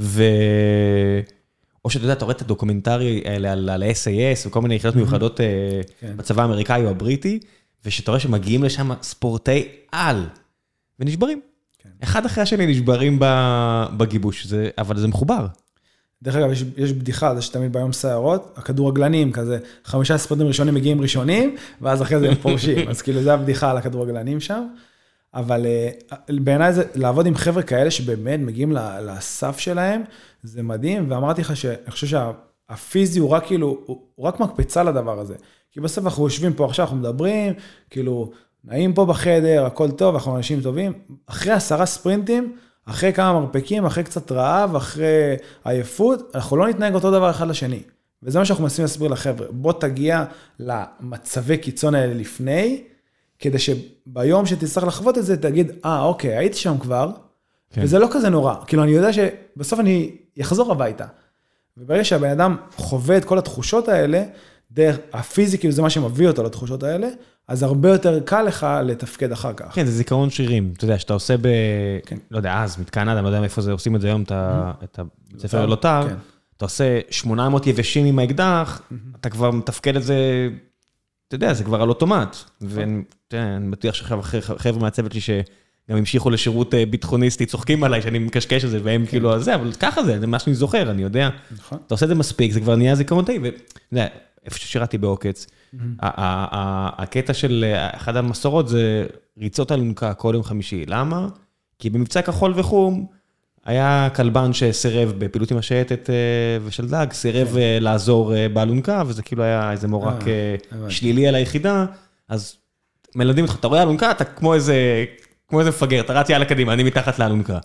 או שאתה יודע, אתה רואה את הדוקומנטרי האלה על ה-SAS וכל מיני יחידות מיוחדות בצבא האמריקאי או הבריטי, ושאתה רואה שמגיעים לשם ספורטי על, ונשברים. אחד אחרי השני נשברים בגיבוש, אבל זה מחובר. דרך אגב, יש בדיחה, זה שתמיד ביום סיירות, הכדורגלנים כזה, 5 ספורטים ראשונים מגיעים ראשונים, ואז אחרי זה הם פורשים. אז כאילו, זה הבדיחה על הכדורגלנים שם. אבל בעיניי זה, לעבוד עם חבר'ה כאלה שבאמת מגיעים לסף שלהם, זה מדהים, ואמרתי לך שאני חושב שהפיזי הוא רק כאילו, הוא רק מקפצה לדבר הזה. כי בסוף אנחנו יושבים פה עכשיו, אנחנו מדברים, כאילו, נעים פה בחדר, הכל טוב, אנחנו אנשים טובים. אחרי 10 ספרינטים, אחרי כמה מרפקים, אחרי קצת רעב, אחרי עייפות, אנחנו לא נתנהג אותו דבר אחד לשני. וזה מה שאנחנו מנסים להסביר לחבר'ה. בוא תגיע למצבי קיצון האלה לפני, כדי שביום שתצטרך לחוות את זה, תגיד, אוקיי, הייתי שם כבר, וזה לא כזה נורא. כאילו, אני יודע שבסוף אני אחזור הביתה. וברגע שהבן אדם חווה את כל התחושות האלה, דרך הפיזי, כאילו זה מה שמביא אותו לתחושות האלה, אז הרבה יותר קל לך לתפקד אחר כך. כן, זה זיכרון שרירים. אתה יודע, שאתה עושה לא יודע, אז, מתקן עד, אני לא יודע מאיפה זה, עושים את זה היום, את הספר אלותיו, אתה עושה 800 יבשים עם האקדח, אתה כבר מתפקד את זה, אתה יודע, זה כבר על אוטומט. ואני בטוח שחבר'ה מהצוות שלי שגם המשיכו לשירות ביטחוניסטי, צוחקים עליי שאני מקשקש את זה, והם כאילו על זה, אבל ככה זה מה שאני זוכר, אני יודע. אתה עושה את זה מספיק, זה כבר נהיה זיכרון תאי, ואתה יודע, איפה ששירתי בעוקץ, הקטע של אחד המסורות זה ריצות אלונקה כל יום חמישי. למה? כי במבצע כחול וחום, היה כלבן שסירב בפעילות עם השייטת ושל דג, סירב לעזור באלונקה, וזה כאילו היה איזה מורק שלילי על היחידה, אז מלמדים אותך, אתה רואה אלונקה, אתה כמו איזה מפגר, אתה רץ יאללה קדימה, אני מתחת לאלונקה.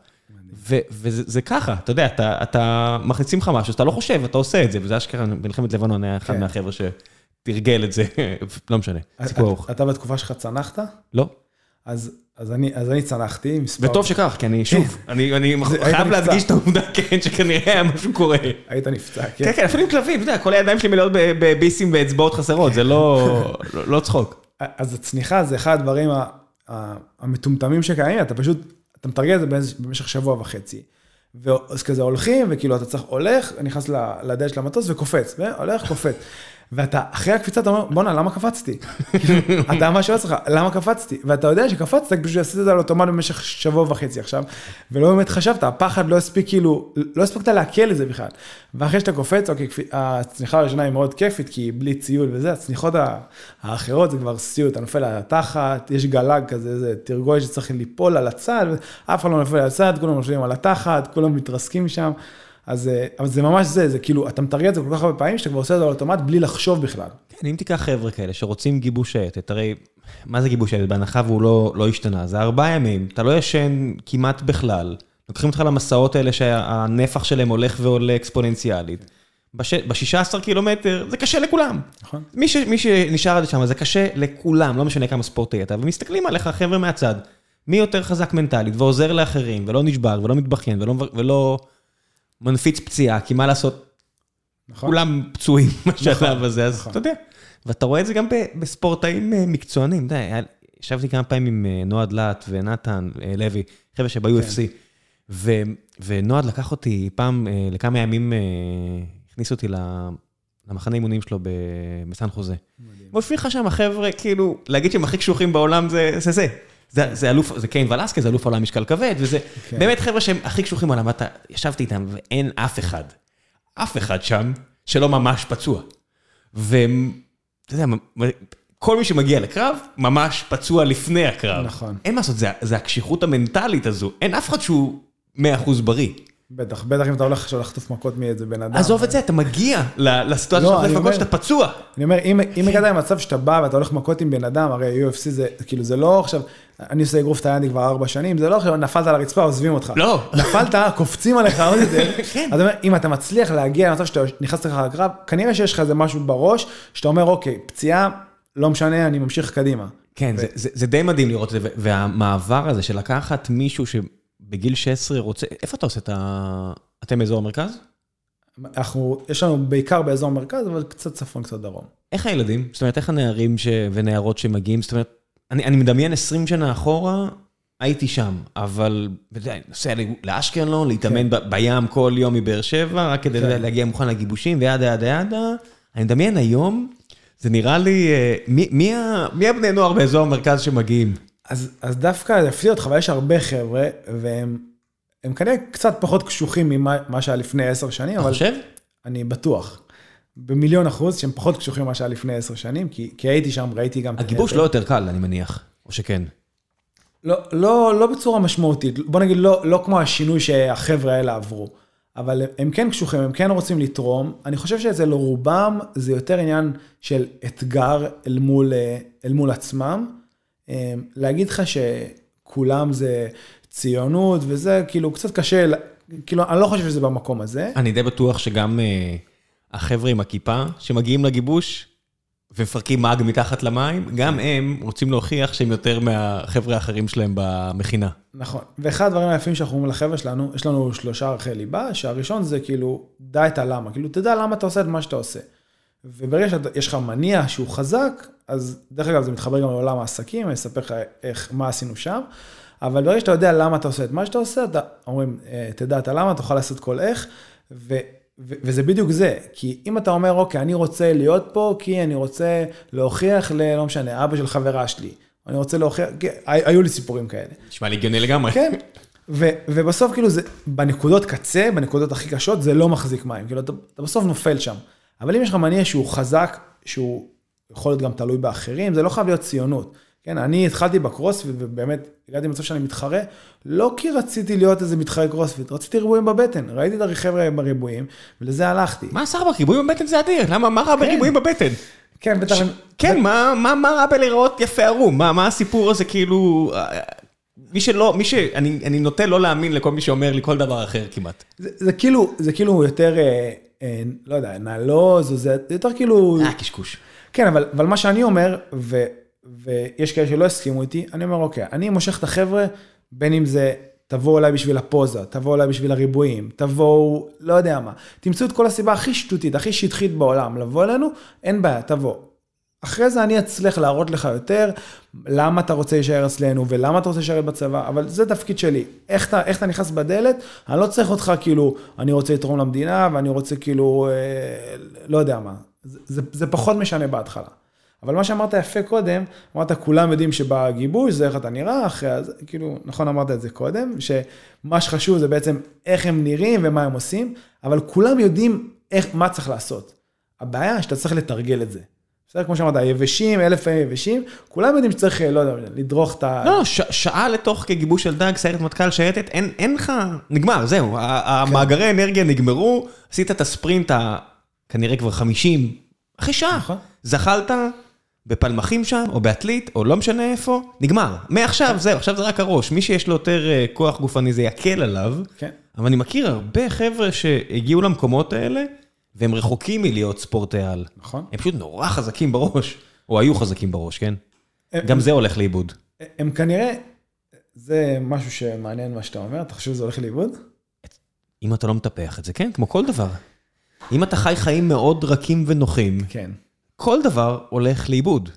וזה ככה, אתה יודע, אתה מכניסים לך משהו, אתה לא חושב, אתה עושה את זה, וזה אשכרה, מלחמת לבנון היה אחד מהחבר'ה שתרגל את זה, לא משנה, סיפור ארוך. אתה בתקופה שלך צנחת? לא. אז אני צנחתי. וטוב שכך, כי אני שוב, אני חייב להדגיש את העובדה, כן, שכנראה היה משהו קורה. היית נפצע, כן. כן, כן, אפילו עם כלבים, אתה יודע, כל הידיים שלי מלאות בביסים ואצבעות חסרות, זה לא צחוק. אז הצניחה זה אחד הדברים המטומטמים שקיימים, אתה פשוט, אתה מתרגל את זה במשך שבוע וחצי. ואז כזה הולכים, וכאילו אתה צריך, הולך, נכנס לדלת של המטוס וקופץ, הולך, קופץ. ואתה, אחרי הקפיצה, אתה אומר, בונה, למה קפצתי? אתה ממש לא צריך, למה קפצתי? ואתה יודע שקפצת, פשוט עשית את זה על אוטומט במשך שבוע וחצי עכשיו, ולא באמת חשבת, הפחד לא הספיק, כאילו, לא הספקת להקל לזה בכלל. ואחרי שאתה קופץ, אוקיי, הצניחה הראשונה היא מאוד כיפית, כי בלי ציול וזה, הצניחות האחרות זה כבר סיוט, אתה נופל על התחת, יש גלג כזה, זה תרגוי שצריך ליפול על הצד, אף אחד לא נופל על הצד, כולם נופלים על התחת, כולם מתרסקים שם. אבל זה ממש זה כאילו, אתה מתרגל את זה כל כך הרבה פעמים, שאתה כבר עושה את זה על אוטומט, בלי לחשוב בכלל. כן, אם תיקח חבר'ה כאלה שרוצים גיבוש שייטת, הרי, מה זה גיבוש שייטת? בהנחה והוא לא השתנה, זה 4 ימים, אתה לא ישן כמעט בכלל, לוקחים אותך למסעות האלה שהנפח שלהם הולך ועולה אקספוננציאלית. ב-16 קילומטר, זה קשה לכולם. נכון. מי שנשאר עד שם, זה קשה לכולם, לא משנה כמה ספורטאי אתה, ומסתכלים עליך חבר'ה מהצד, מי יותר חזק מנטלית, ועוזר לאחרים, ולא נשבר, ולא מתבכיין, ולא מנפיץ פציעה, כי מה לעשות, כולם פצועים בשלב הזה, אז אתה יודע. ואתה רואה את זה גם בספורטאים מקצוענים, אתה יודע, ישבתי כמה פעמים עם נועד לט ונתן לוי, חבר'ה שב-UFC, ונועד לקח אותי פעם, לכמה ימים, הכניס אותי למחנה אימונים שלו בסן חוזה. מופיע לך שם החבר'ה, כאילו, להגיד שהם הכי קשוחים בעולם זה. זה אלוף, זה קיין ולסקי, זה אלוף העולם משקל כבד, וזה באמת חבר'ה שהם הכי קשוחים בעולם, ואתה ישבתי איתם, ואין אף אחד שם, שלא ממש פצוע. ואתה יודע, כל מי שמגיע לקרב, ממש פצוע לפני הקרב. נכון. אין מה לעשות, זה הקשיחות המנטלית הזו, אין אף אחד שהוא 100% בריא. בטח אם אתה הולך עכשיו לחטוף מכות מאיזה בן אדם. עזוב את זה, אתה מגיע לסיטואציה של לחטוף מכות שאתה פצוע. אני אומר, אם הגעת למצב שאתה בא ואתה הולך מכות עם בן אדם, הרי UFC זה, כאילו זה לא עכשיו, אני עושה אגרוף תאילנדי כבר 4 שנים, זה לא עכשיו נפלת על הרצפה, עוזבים אותך. לא. נפלת, קופצים עליך עוד יותר. כן. אז אם אתה מצליח להגיע למצב שאתה נכנס לך לקרב, כנראה שיש לך איזה משהו בראש, שאתה אומר, אוקיי, פציעה, לא משנה, אני ממשיך קדימה. כן, זה די מדהים לראות את זה, והמעבר הזה של לקחת מישהו שבגיל 16 רוצה, איפה אתה עושה אתם באזור המרכז? יש לנו בעיקר באזור המרכז, אבל קצת צפון, קצת דרום. איך הילדים? זאת אומרת, איך הנערים ונערות שמגיעים? זאת אומרת, אני מדמיין 20 שנה אחורה, הייתי שם, אבל נוסע לאשקלון, להתאמן בים כל יום מבאר שבע, רק כדי להגיע מוכן לגיבושים, וידה. אני מדמיין היום, זה נראה לי, מי הבני נוער באזור המרכז שמגיעים? אז דווקא יפתיע אותך, אבל יש הרבה חבר'ה, והם כנראה קצת פחות קשוחים ממה שהיה לפני 10 שנים. אתה חושב? אני בטוח. ב1,000,000% שהם פחות קשוחים ממה שהיה לפני 10 שנים, כי הייתי שם, ראיתי גם... הגיבוש לא יותר קל, אני מניח, או שכן? לא בצורה משמעותית, בוא נגיד, לא כמו השינוי שהחבר'ה האלה עברו, אבל הם כן קשוחים, הם כן רוצים לתרום, אני חושב שזה לרובם, זה יותר עניין של אתגר אל מול עצמם, להגיד לך שכולם זה ציונות, וזה כאילו קצת קשה, כאילו אני לא חושב שזה במקום הזה. אני די בטוח שגם החבר'ה עם הכיפה שמגיעים לגיבוש, ומפרקים מאג מתחת למים, גם הם רוצים להוכיח שהם יותר מהחבר'ה האחרים שלהם במכינה. נכון, ואחד הדברים היפים שאנחנו אומרים לחבר'ה שלנו, יש לנו 3 ערכי ליבה, שהראשון זה כאילו, דע את הלמה, כאילו תדע למה אתה עושה את מה שאתה עושה. וברגע שיש לך מניע שהוא חזק, אז דרך אגב זה מתחבר גם לעולם העסקים, אני אספר לך מה עשינו שם, אבל ברגע שאתה יודע למה אתה עושה את מה שאתה עושה, אתה אומרים, תדע את הלמה, תוכל לעשות כל איך, וזה בדיוק זה, כי אם אתה אומר, אוקיי, אני רוצה להיות פה, כי אני רוצה להוכיח לא משנה, אבא של חברה שלי, אני רוצה להוכיח, היו לי סיפורים כאלה. נשמע לי הגיוני לגמרי. כן, ובסוף כאילו זה, בנקודות קצה, בנקודות הכי קשות, זה לא מחזיק מים, כאילו אתה בסוף נופל שם, אבל אם יש לך מניע שהוא חזק, שהוא יכול להיות גם תלוי באחרים, זה לא חייב להיות ציונות. כן, אני התחלתי בקרוספיט, ובאמת הגעתי למצב שאני מתחרה, לא כי רציתי להיות איזה מתחרה קרוספיט, רציתי ריבועים בבטן, ראיתי את החבר'ה בריבועים, ולזה הלכתי. מה עשה בך? ריבועים בבטן זה אדיר, למה? מה רע בריבועים בבטן? כן, בטח. כן, מה רע בלראות יפה ערום? מה הסיפור הזה כאילו... אני נוטה לא להאמין לכל מי שאומר לי כל דבר אחר כמעט. זה כאילו יותר, לא יודע, נעלוז, זה יותר כאילו... קשקוש. כן, אבל מה שאני אומר, ויש כאלה שלא הסכימו איתי, אני אומר, אוקיי, אני מושך את החבר'ה, בין אם זה תבואו אליי בשביל הפוזה, תבואו אליי בשביל הריבועים, תבואו, לא יודע מה, תמצאו את כל הסיבה הכי שטותית, הכי שטחית בעולם, לבוא אלינו, אין בעיה, תבוא. אחרי זה אני אצליח להראות לך יותר, למה אתה רוצה להישאר אצלנו, ולמה אתה רוצה להישאר בצבא, אבל זה תפקיד שלי. איך אתה נכנס בדלת, אני לא צריך אותך כאילו, אני רוצה לתרום למדינה, ואני רוצה כאילו, לא יודע מה. זה פחות משנה בהתחלה. אבל מה שאמרת יפה קודם, אמרת, כולם יודעים שבגיבוש, זה איך אתה נראה, אחרי, אז, כאילו, נכון אמרת את זה קודם, שמה שחשוב זה בעצם איך הם נראים ומה הם עושים, אבל כולם יודעים מה צריך לעשות. הבעיה שאתה צריך לתרגל את זה. בסדר, כמו שאמרת, היבשים, 1,000 היבשים, כולם יודעים שצריך, לא יודע, לדרוך את ה... לא, שעה לתוך כגיבוש של דג, סיירת מטכ"ל, שייטת, אין לך, נגמר, זהו, המאגרי אנרגיה נגמרו, עשית את הספרינט, כנראה כבר 50, אחרי שעה, זחלת בפלמחים שם, או באטלית, או לא משנה איפה, נגמר. מעכשיו, זהו, עכשיו זה רק הראש, מי שיש לו יותר כוח גופני, זה יקל עליו, אבל אני מכיר הרבה חבר'ה שהגיעו למקומות האלה, והם רחוקים מלהיות ספורטי על. נכון. הם פשוט נורא חזקים בראש, או היו חזקים בראש, כן? גם זה הולך לאיבוד. הם כנראה, זה משהו שמעניין מה שאתה אומר, אתה חושב שזה הולך לאיבוד? אם אתה לא מטפח את זה, כן, כמו כל דבר. אם אתה חי חיים מאוד רכים ונוחים, כן. כל דבר הולך לאיבוד.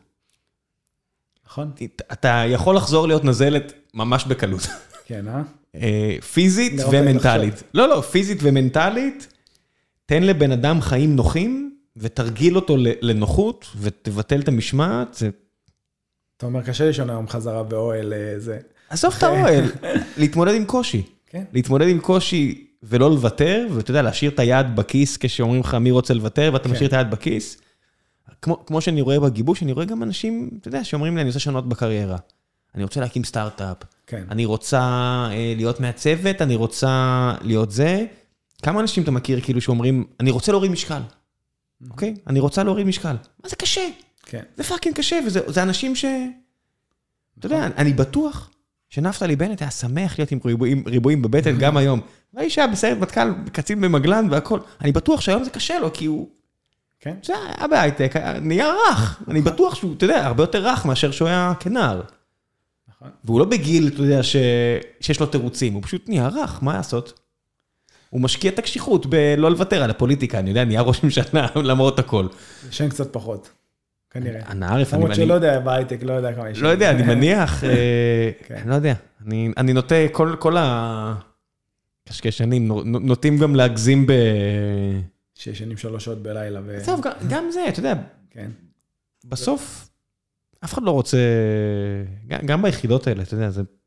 נכון. אתה יכול לחזור להיות נזלת ממש בקלות. כן, פיזית ומנטלית. לא, פיזית ומנטלית, תן לבן אדם חיים נוחים, ותרגיל אותו לנוחות, ותבטל את המשמעת. אתה אומר, קשה לישון היום חזרה באוהל זה. עזוב את האוהל, להתמודד עם קושי. כן. להתמודד עם קושי ולא לוותר, ואתה יודע, להשאיר את היד בכיס, כשאומרים לך מי רוצה לוותר, ואתה משאיר את היד בכיס. כמו שאני רואה בגיבוש, אני רואה גם אנשים, אתה יודע, שאומרים לי, אני רוצה לשנות בקריירה. אני רוצה להקים סטארט-אפ. כן. אני רוצה להיות מעצבת, אני רוצה להיות זה. כמה אנשים אתה מכיר כאילו שאומרים, אני רוצה להוריד משקל. אוקיי? אני רוצה להוריד משקל. מה זה קשה? כן. זה פאקינג קשה, וזה אנשים ש... אתה יודע, אני בטוח שנפתלי בנט היה שמח להיות עם ריבועים בבטן גם היום. והאישה בסיירת מטכ"ל, קצין במגלן והכל. אני בטוח שהיום זה קשה לו, כי הוא... כן. זה היה בהייטק, נהיה רך. אני בטוח שהוא, אתה יודע, הרבה יותר רך מאשר שהוא היה כנער. נכון. והוא לא בגיל, אתה יודע, שיש לו תירוצים, הוא פשוט נהיה רך, מה לעשות? הוא משקיע את הקשיחות בלא לוותר על הפוליטיקה, אני יודע, נהיה ראש ממשלה למרות הכל. ישן קצת פחות, כנראה. הנערף, למרות שלא יודע, בהייטק, לא יודע כמה ישן. לא יודע, אני מניח, לא יודע, אני נוטה, כל הקשקשנים נוטים גם להגזים שישנים 3 שעות בלילה. טוב, גם זה, אתה יודע, בסוף, אף אחד לא רוצה, גם ביחידות האלה, אתה יודע,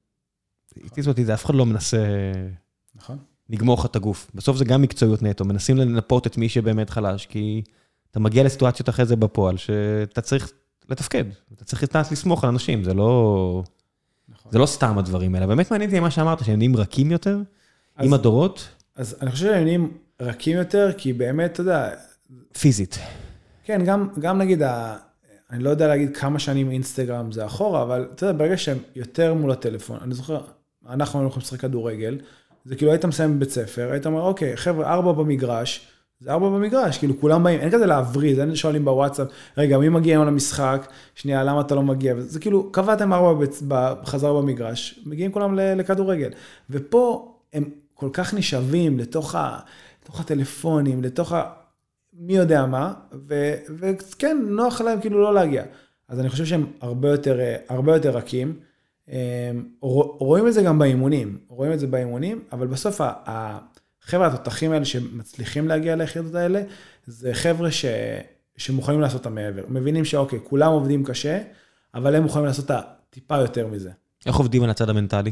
זה אף אחד לא מנסה... נכון. נגמור לך את הגוף. בסוף זה גם מקצועיות נטו, מנסים לנפות את מי שבאמת חלש, כי אתה מגיע לסיטואציות אחרי זה בפועל, שאתה צריך לתפקד, אתה צריך לסמוך על אנשים, זה לא סתם הדברים האלה. באמת מעניין אותי מה שאמרת, שהם נהיים רכים יותר, עם הדורות. אז אני חושב שהם נהיים רכים יותר, כי באמת, אתה יודע... פיזית. כן, גם נגיד, אני לא יודע להגיד כמה שנים אינסטגרם זה אחורה, אבל אתה יודע, ברגע שהם יותר מול הטלפון, אני זוכר, אנחנו הולכים לשחק כדורגל, זה כאילו היית מסיים בבית ספר, היית אומר, אוקיי, חבר'ה, 4 במגרש, זה 4 במגרש, כאילו כולם באים, אין כזה להבריז, אין שואלים בוואטסאפ, רגע, מי מגיע היום למשחק? שנייה, למה אתה לא מגיע? זה כאילו, קבעתם 4 בחזרה במגרש, מגיעים כולם לכדורגל. ופה הם כל כך נשאבים לתוך הטלפונים, לתוך מי יודע מה, וכן, נוח להם כאילו לא להגיע. אז אני חושב שהם הרבה יותר רכים, רואים את זה גם באימונים, אבל בסוף החבר'ה התותחים האלה שמצליחים להגיע ליחידות האלה, זה חבר'ה שמוכנים לעשות את המעבר. מבינים שאוקיי, כולם עובדים קשה, אבל הם מוכנים לעשות את טיפה יותר מזה. איך עובדים על הצד המנטלי?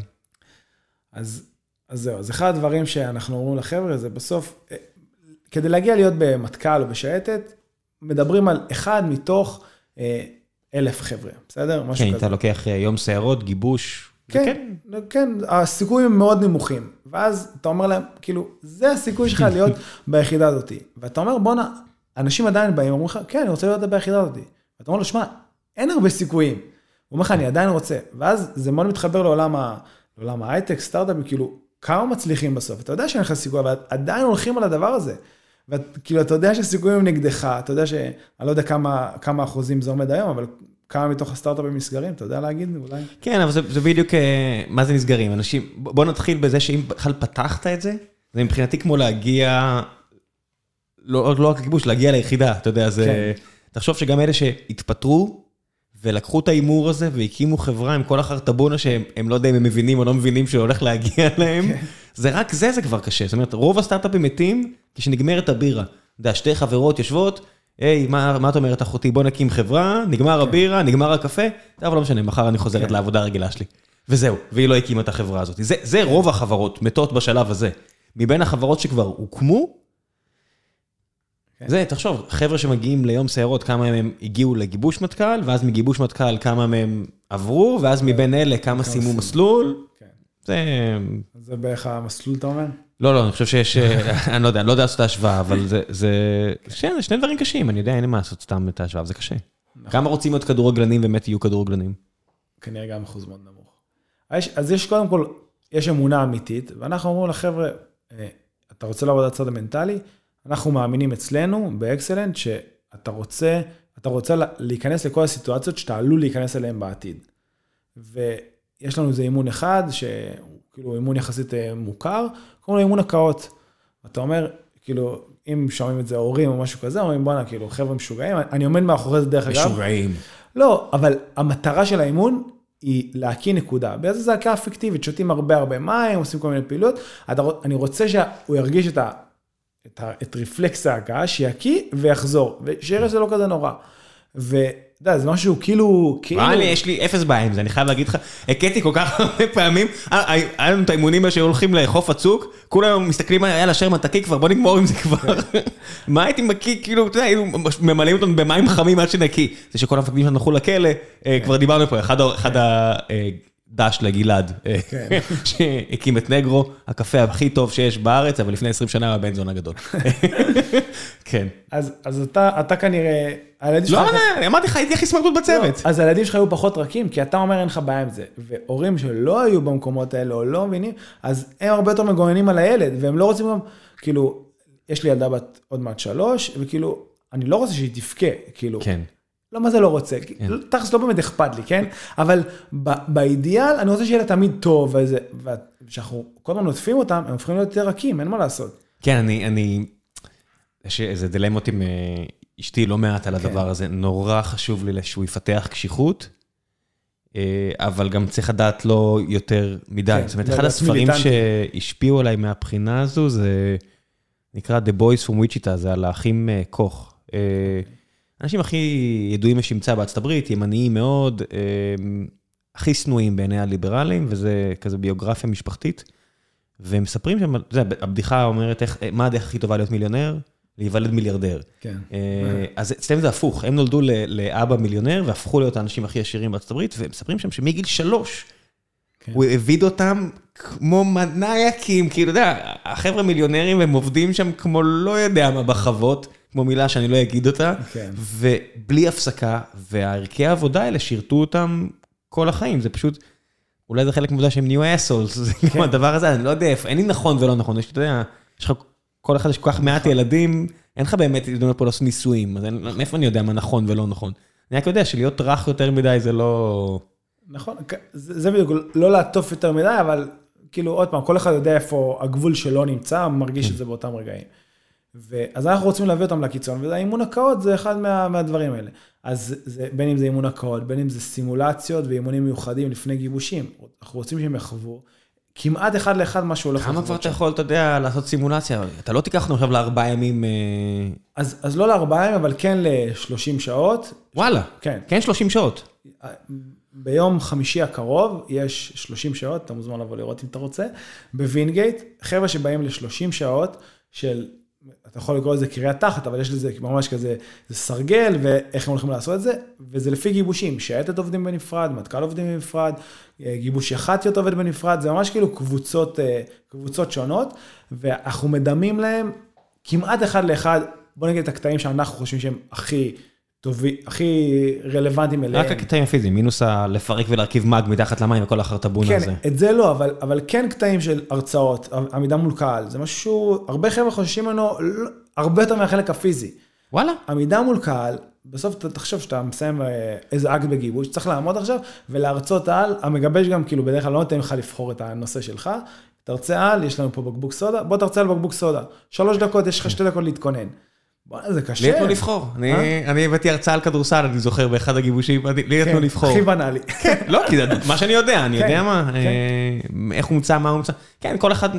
אז זהו, אז אחד הדברים שאנחנו אומרים לחבר'ה, זה בסוף, כדי להגיע להיות במטכ"ל או בשייטת, מדברים על 1 מתוך 1,000 חבר'ה, בסדר? כן, אתה לוקח יום סיירות, גיבוש. כן, הסיכויים הם מאוד נמוכים. ואז אתה אומר להם, כאילו, זה הסיכוי שלך להיות ביחידה הזאת. ואתה אומר, בוא'נה, אנשים עדיין באים, אומרים לך, כן, אני רוצה להיות ביחידה הזאת. ואתה אומר לו, שמע, אין הרבה סיכויים. הוא אומר לך, אני עדיין רוצה. ואז זה מאוד מתחבר לעולם ההייטק, סטארט-אפים, כאילו, כמה מצליחים בסוף. אתה יודע שאין לך סיכוי, אבל עדיין הולכים על הדבר הזה. וכאילו, אתה יודע שהסיכויים הם נגדך, אתה יודע שאני לא יודע כמה אחוזים זה עומד היום, אבל כמה מתוך הסטארט-אפים נסגרים, אתה יודע להגיד אולי? כן, אבל זה בדיוק, מה זה נסגרים? אנשים, בוא נתחיל בזה שאם בכלל פתחת את זה, זה מבחינתי כמו להגיע, לא רק לכיבוש, להגיע ליחידה, אתה יודע, זה, תחשוב שגם אלה שהתפטרו, ולקחו את האימור הזה, והקימו חברה עם כל החרטבונה, שהם לא יודע אם הם מבינים או לא מבינים שהולך להגיע להם, זה רק זה כבר קשה, זאת אומרת, רוב הסטארט-אפים מתים, כשנגמרת הבירה, אתה יודע, שתי חברות יושבות, היי, מה את אומרת אחותי? בוא נקים חברה, נגמר הבירה, נגמר הקפה, אבל לא משנה, מחר אני חוזרת לעבודה הרגילה שלי. וזהו, והיא לא הקימה את החברה הזאת. זה רוב החברות, מתות בשלב הזה. מבין החברות שכבר הוקמו, זה, תחשוב, חבר'ה שמגיעים ליום סיירות, כמה הם הגיעו לגיבוש מטכ"ל, ואז מגיבוש מטכ"ל כמה מהם עברו, ואז מבין אלה כמה סיימו מסלול. זה בערך המסלול, אתה אומר? לא, אני חושב שיש, אני לא יודע לעשות את ההשוואה, אבל זה שני דברים קשים, אני יודע, אין לי מה לעשות סתם את ההשוואה, זה קשה. כמה רוצים להיות כדורגלנים, באמת יהיו כדורגלנים? כנראה גם אחוז מאוד נמוך. אז יש קודם כל, יש אמונה אמיתית, ואנחנו אומרים לחבר'ה, אתה רוצה לעבוד הצד המנטלי, אנחנו מאמינים אצלנו, באקסלנט, שאתה רוצה להיכנס לכל הסיטואציות, שאתה עלול להיכנס אליהן בעתיד. ויש לנו איזה אימון אחד, כאילו אימון יחסית מוכר, קוראים לו אימון הקאות. אתה אומר, כאילו, אם שומעים את זה הורים או משהו כזה, אומרים, בוא'נה, כאילו, חבר'ה משוגעים, אני עומד מאחורי זה דרך אגב. משוגעים. לא, אבל המטרה של האימון היא להקיא נקודה. באיזה זה הקאה אפקטיבית, שותים הרבה מים, עושים כל מיני פעילות, אני רוצה שהוא ירגיש את רפלקס ההקאה, שיקיא ויחזור, ושיראה שזה לא כזה נורא. אתה יודע, זה משהו כאילו... יש לי אפס בעיה עם זה, אני חייב להגיד לך, הקאתי כל כך הרבה פעמים, היה לנו את האימונים שהולכים לחוף הצוק, כולם מסתכלים, יאללה, שר מתקי כבר, בוא נגמור עם זה כבר. מה הייתי מקיא, כאילו, אתה יודע, היינו ממלאים אותנו במים חמים עד שנקי. זה שכל המפקדים שלנו הלכו לכלא, כבר דיברנו פה, אחד דש לגלעד, שהקים את נגרו, הקפה הכי טוב שיש בארץ, אבל לפני 20 שנה היה בן זון הגדול. כן. אז אתה כנראה... לא, אני אמרתי לך, הייתי הכי סמרטוט בצוות. אז הילדים שלך היו פחות רכים, כי אתה אומר אין לך בעיה עם זה. והורים שלא היו במקומות האלה, או לא מבינים, אז הם הרבה יותר מגוננים על הילד, והם לא רוצים גם, כאילו, יש לי ילדה בת עוד מעט 3, וכאילו, אני לא רוצה שהיא תפקה, כאילו. כן. לא, מה זה לא רוצה? תכלס לא באמת אכפת לי, כן? אבל באידיאל, אני רוצה שיהיה לה תמיד טוב, ושאנחנו כל הזמן נוטפים אותם, הם הופכים להיות יותר רכים, אין מה לעשות. כן, יש איזה דילמות עם אשתי לא מעט על הדבר הזה, נורא חשוב לי שהוא יפתח קשיחות, אבל גם צריך לדעת לא יותר מדי. זאת אומרת, אחד הספרים שהשפיעו עליי מהבחינה הזו, זה נקרא The Boys from Wichita, זה על האחים קוך. אנשים הכי ידועים משמצא בארצות הברית, ימניים מאוד, הכי שנואים בעיני הליברלים, וזה כזה ביוגרפיה משפחתית, והם מספרים שם, הבדיחה אומרת, מה הדרך הכי טובה להיות מיליונר? להיוולד מיליארדר. כן. אז אצלם זה הפוך, הם נולדו לאבא מיליונר, והפכו להיות האנשים הכי עשירים בארצות הברית, והם מספרים שם שמגיל 3, הוא הביד אותם כמו מניאקים, כאילו, אתה יודע, החבר'ה מיליונרים, הם עובדים שם כמו לא יודע מה בחוות, כמו מילה שאני לא אגיד אותה, ובלי הפסקה, והערכי העבודה האלה שירתו אותם כל החיים, זה פשוט, אולי זה חלק מעבודה שהם נהיו אסולס, זה כמו הדבר הזה, אני לא יודע, אין לי נכון ולא נכון, יש לך כל אחד יש כל כך מעט ילדים, אין לך באמת, לדעת פה לעשות ניסויים, אז מאיפה אני יודע מה נכון ולא נכון? אני רק יודע שלהיות רך יותר מדי זה לא... נכון, זה בדיוק, לא לעטוף יותר מדי, אבל כאילו עוד פעם, כל אחד יודע איפה הגבול שלו נמצא, מרגיש את זה באותם רגעים. אז אנחנו רוצים להביא אותם לקיצון, והאימון הקאות זה אחד מהדברים האלה. אז בין אם זה אימון הקאות, בין אם זה סימולציות ואימונים מיוחדים לפני גיבושים, אנחנו רוצים שהם יחוו, כמעט אחד לאחד מה שהולך לחוות. כמה כבר אתה יכול, אתה יודע, לעשות סימולציה? אתה לא תיקח לנו עכשיו ל4 ימים... אז לא ל4 ימים, אבל כן ל30 שעות. וואלה, כן 30 שעות. ביום חמישי הקרוב יש 30 שעות, אתה מוזמן לבוא לראות אם אתה רוצה, בווינגייט, חבר'ה שבאים ל30 שעות של... אתה יכול לקרוא לזה קריאת תחת, אבל יש לזה ממש כזה, זה סרגל, ואיך הם הולכים לעשות את זה, וזה לפי גיבושים, שייטת עובדים בנפרד, מטכ"ל עובדים בנפרד, גיבוש יח"ציות עובד בנפרד, זה ממש כאילו קבוצות שונות, ואנחנו מדמים להם כמעט אחד לאחד בוא נגיד את הקטעים שאנחנו חושבים שהם הכי טובים, הכי רלוונטיים אליהם. רק הקטעים הפיזיים, מינוס לפרק ולהרכיב מג מתחת למים וכל החרטבון הזה. כן, את זה לא, אבל כן קטעים של הרצאות, עמידה מול קהל, זה משהו, הרבה חבר'ה חוששים ממנו, הרבה יותר מהחלק הפיזי. וואלה. עמידה מול קהל, בסוף תחשוב שאתה מסיים איזה אקט בגיבוש, צריך לעמוד עכשיו ולהרצות על, המגבש גם כאילו בדרך כלל לא נותן לך לבחור את הנושא שלך, תרצה על, יש לנו פה בקבוק סודה, בוא תרצה על בקבוק סודה, 3 דקות, יש לך 2 דקות להתכונן. בוא'נה, זה קשה. לי יתנו לבחור. אני הבאתי הרצאה על כדורסל, אני זוכר באחד הגיבושים, לי יתנו לבחור. הכי בנאלי. לא, כי זה מה שאני יודע, אני יודע מה, איך הוא מצא, מה הוא מצא. כן, כל אחד,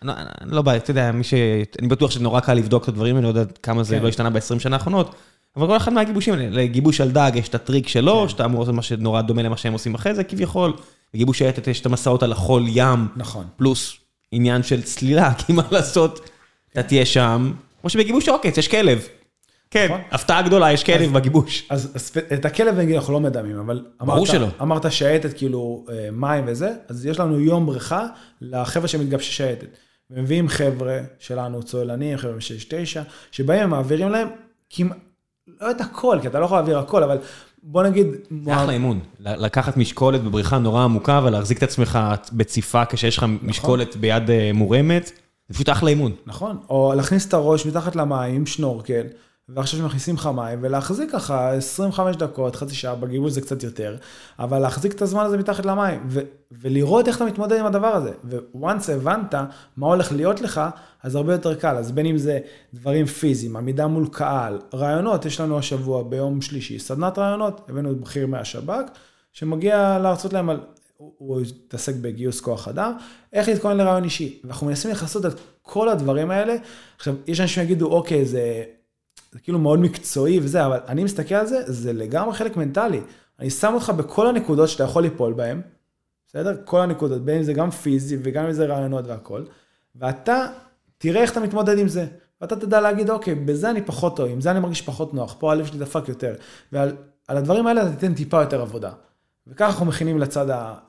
לא בא, אתה יודע, אני בטוח שנורא קל לבדוק את הדברים, אני לא יודע כמה זה לא השתנה ב-20 שנה האחרונות, אבל כל אחד מהגיבושים, לגיבוש על דג יש את הטריק שלו, שאתה אמור לעשות מה שנורא דומה למה שהם עושים אחרי זה, כביכול, בגיבוש שייטת יש את המסעות על החול ים, פלוס עניין של צלילה, כי מה לעשות, אתה תהיה שם, כמו שבגיבוש עוקץ, יש כלב. כן, הפתעה גדולה, יש כלב בגיבוש. אז את הכלב נגיד אנחנו לא מדמים, אבל אמרת שייטת כאילו מים וזה, אז יש לנו יום בריכה לחבר'ה שמתגבשי שייטת. ומביאים חבר'ה שלנו, צועלנים, חבר'ה מ-6-9, שבאים הם מעבירים להם כמעט, לא את הכל, כי אתה לא יכול להעביר הכל, אבל בוא נגיד... זה אחלה אימון, לקחת משקולת בבריכה נורא עמוקה, ולהחזיק את עצמך בציפה כשיש לך משקולת ביד מורמת, זה פשוט אחלה אימון. נכון, או להכניס את הראש מתחת למים עם שנורקל, ועכשיו שמכניסים לך מים, ולהחזיק ככה 25 דקות, חצי שעה, בגיבוש זה קצת יותר, אבל להחזיק את הזמן הזה מתחת למים, ולראות איך אתה מתמודד עם הדבר הזה, וואנס הבנת מה הולך להיות לך, אז הרבה יותר קל, אז בין אם זה דברים פיזיים, עמידה מול קהל, רעיונות, יש לנו השבוע ביום שלישי, סדנת רעיונות, הבאנו את בכיר מהשב"כ, שמגיע להרצות להם על, הוא יתעסק בגיוס כוח אדם, איך להתכונן לרעיון אישי, ואנחנו מנסים לחסות את כל הדברים האלה, עכשיו, יש אנשים שיגידו, אוקיי, זה כאילו מאוד מקצועי וזה, אבל אני מסתכל על זה, זה לגמרי חלק מנטלי. אני שם אותך בכל הנקודות שאתה יכול ליפול בהן, בסדר? כל הנקודות, בין אם זה גם פיזי וגם אם זה רעיונות והכל, ואתה תראה איך אתה מתמודד עם זה, ואתה תדע להגיד, אוקיי, בזה אני פחות טוב, עם זה אני מרגיש פחות נוח, פה הלב שלי דפק יותר, ועל הדברים האלה אתה תיתן טיפה יותר עבודה. וככה אנחנו מכינים לצד